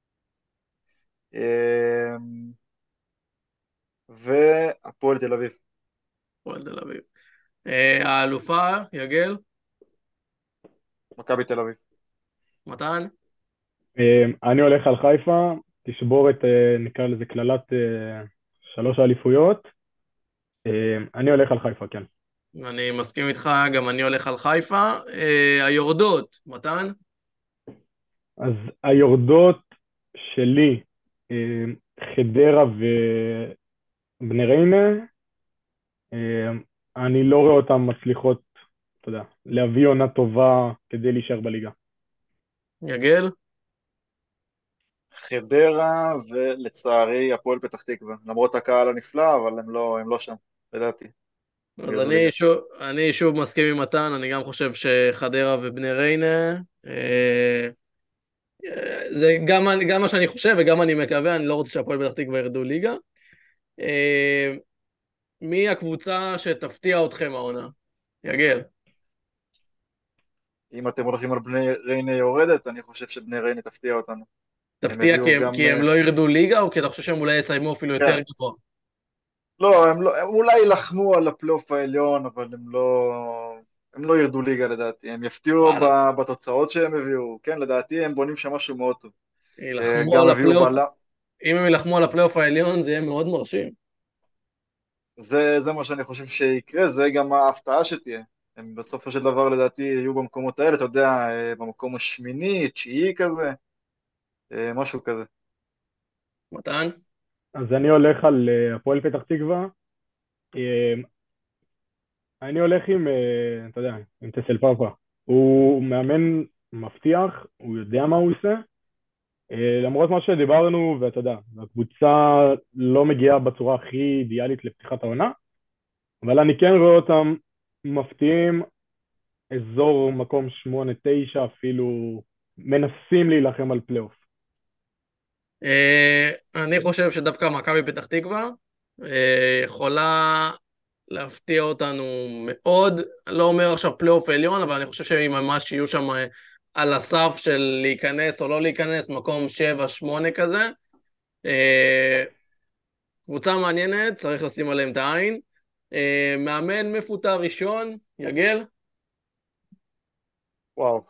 והפועל תל אביב. הפועל תל אביב. האלופה, יגל? מכבי תל אביב. מתן? אני הולך על חיפה, תשבור את, נקרא לזה קללת 3 האליפויות. אני הולך על חיפה, כן. אני מסכים איתך, גם אני הולך על חיפה. היורדות, מתן? אז היורדות שלי, חדרה ובני ריינה, אני לא רואה אותן מצליחות אתה יודע, להביא עונה טובה כדי להישאר בליגה. יגל? חדרה, ולצערי הפועל פתח תקווה. למרות הקהל הנפלא, אבל הם לא שם, לדעתי. הם אז ירדו ליגה. אני שוב מסכים עם מתן, אני גם חושב שחדרה ובני ריינה, זה גם מה שאני חושב וגם אני מקווה, אני לא רוצה שהפועל פתח תקווה ירדו ליגה. אה, מי הקבוצה שתפתיע אתכם העונה? יגל. אם אתם הולכים על בני ריינה יורדת, אני חושב שבני ריינה תפתיע אותנו. הם תפתיע הביאו גם... כי הם לא ירדו ליגה, או כי אתה חושב שהם אולי יסיימו אפילו יותר כן. גבוה? לא, הם אולי יילחמו על הפלייאוף העליון, אבל הם לא ירדו ליגה לדעתי. הם יפתיעו וואלה, בתוצאות שהם הביאו. כן, לדעתי הם בונים שם משהו מאוד טוב. יילחמו גם על הביאו הפלייאוף, בלם. אם הם יילחמו על הפלייאוף העליון זה יהיה מאוד מרשים. זה מה שאני חושב שיקרה, זה גם ההפתעה שתהיה. הם בסופו של דבר לדעתי יהיו במקומות האלה, אתה יודע, במקום השמיני, תשיעי כזה, משהו כזה. מתן? אז אני הולך על הפועל פתח תקווה. אה, אני הולך עם, אתה יודע, עם טסל פאפה. הוא מאמן מבטיח, הוא יודע מה הוא עושה. למרות מה שדיברנו, ואתה יודע, הקבוצה לא מגיעה בצורה הכי אידיאלית לפתיחת העונה, אבל אני כן רואה אותם מפתיעים, אזור מקום 8-9, אפילו מנסים להילחם על פלייאוף. אני חושב שדווקא מכבי פתח תקווה יכולה להפתיע אותנו מאוד. לא אומר עכשיו פלייאוף עליון, אבל אני חושב שהם ממש יהיו שם על הסף של להיכנס או לא להיכנס, מקום 7-8 כזה. אה, קבוצה מעניינת, צריך לשים עליהם את העין. מאמן מפוטר ראשון, יגל? וואו.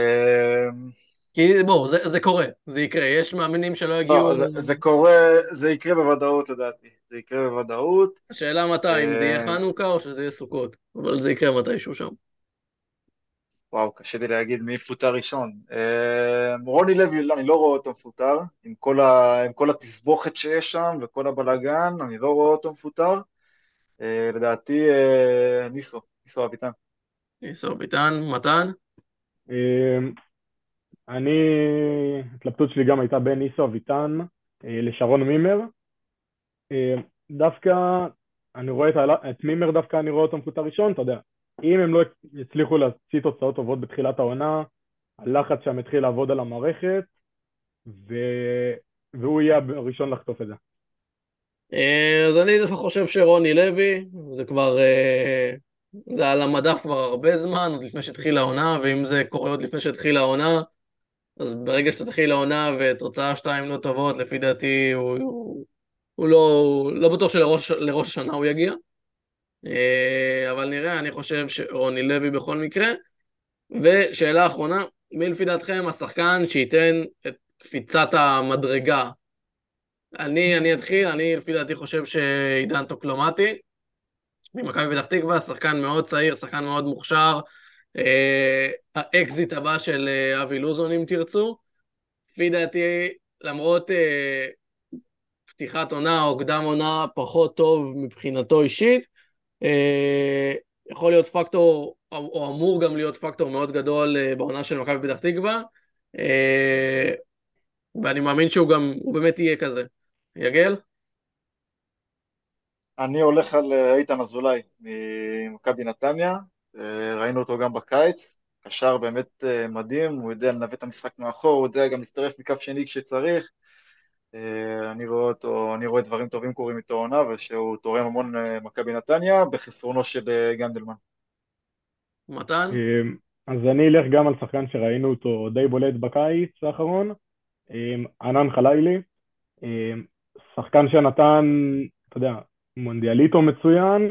כי בואו, זה קורה, זה יקרה. יש מאמנים שלא לא, יגיעו. זה קורה, זה יקרה בוודאות לדעתי. זה יקרה בוודאות. השאלה מתי, אם זה יהיה אה, חנוכה או שזה יהיה סוכות. אבל זה יקרה מתישהו שם. וואו, קשה לי להגיד מי יפוטר ראשון. רוני לוי, לא, אני לא רואה אותו מפוטר, עם כל התסבוכת שיש שם וכל הבלגן, אני לא רואה אותו מפוטר. לדעתי ניסו אביטן. ניסו ביטן, מתן? אה, אני, ההתלבטות שלי גם הייתה בין ניסו אביטן לשרון מימר. אה, דווקא אני רואה את מימר, דווקא אני רואה אותו מפוטר ראשון, אתה יודע. אם הם לא יצליחו להוציא תוצאות טובות בתחילת העונה, הלחץ שם התחיל לעבוד על המערכת, ו... והוא יהיה הראשון לחטוף את זה. אז אני דווקא חושב שרוני לוי, זה כבר, זה על המדף כבר הרבה זמן, עוד לפני שהתחילה העונה, ואם זה קורה עוד לפני שהתחילה העונה, אז ברגע שתתחיל העונה ותוצאה 2 לא טובות, לפי דעתי הוא לא בטוח שלראש השנה הוא יגיע. אבל נראה, אני חושב שרוני לוי בכל מקרה. ושאלה אחרונה, מי לפי דעתכם השחקן שייתן את קפיצת המדרגה? אני אתחיל, אני לפי דעתי חושב שעידן טוקלומטי, ממכבי פתח תקווה, שחקן מאוד צעיר, שחקן מאוד מוכשר, האקזיט הבא של אבי לוזון אם תרצו. לפי דעתי, למרות פתיחת עונה או קדם עונה פחות טוב מבחינתו אישית, אה, יכול להיות פקטור, או אמור גם להיות פקטור מאוד גדול בעונה של מכבי פתח תקווה, אה, ואני מאמין הוא באמת יהיה כזה. יגל? אני הולך על איתן אזולאי ממכבי נתניה, ראינו אותו גם בקיץ, קשר באמת מדהים, הוא יודע לנווט את המשחק מאחור, הוא יודע גם להצטרף מכף שני כשצריך. אני רואה דברים טובים קורים איתו עונה, ושהוא תורם המון מכבי נתניה בחסרונו של גנדלמן. מתן? אז אני אלך גם על שחקן שראינו אותו די בולט בקיץ האחרון, ענן חלילי, שחקן שנתן, אתה יודע, מונדיאליטו מצוין.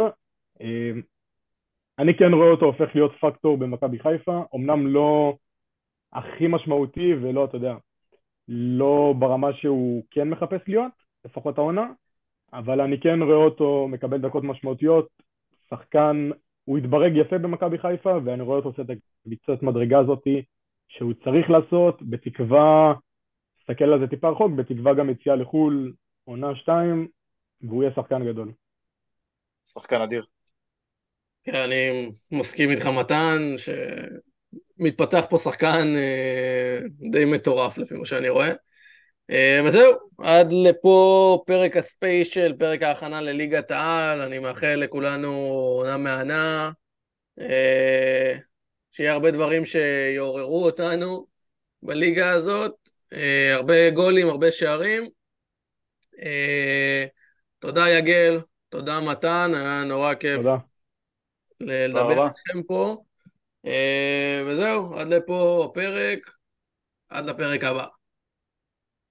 אני כן רואה אותו הופך להיות פקטור במכבי חיפה, אמנם לא הכי משמעותי ולא, אתה יודע, לא ברמה שהוא כן מחפש להיות, לפחות העונה, אבל אני כן רואה אותו מקבל דקות משמעותיות, שחקן, הוא התברג יפה במכבי חיפה, ואני רואה אותו עושה את הקפיצת מדרגה הזאת שהוא צריך לעשות, בתקווה, תסתכל על זה טיפה רחוק, בתקווה גם יציאה לחו"ל, עונה 2, והוא יהיה שחקן גדול. שחקן אדיר. כן, אני מסכים איתך מתן, שמתפתח פה שחקן די מטורף לפי מה שאני רואה. וזהו, עד לפה פרק הספיישל, פרק ההכנה לליגת העל, אני מאחל לכולנו עונה מהנה, אה, שיהיה הרבה דברים שיעוררו אותנו בליגה הזאת, הרבה גולים, הרבה שערים. אה, תודה יגל, תודה מתן, היה נורא כיף תודה. תודה לדבר רבה. איתכם פה. וזהו, עד לפה הפרק, עד לפרק הבא.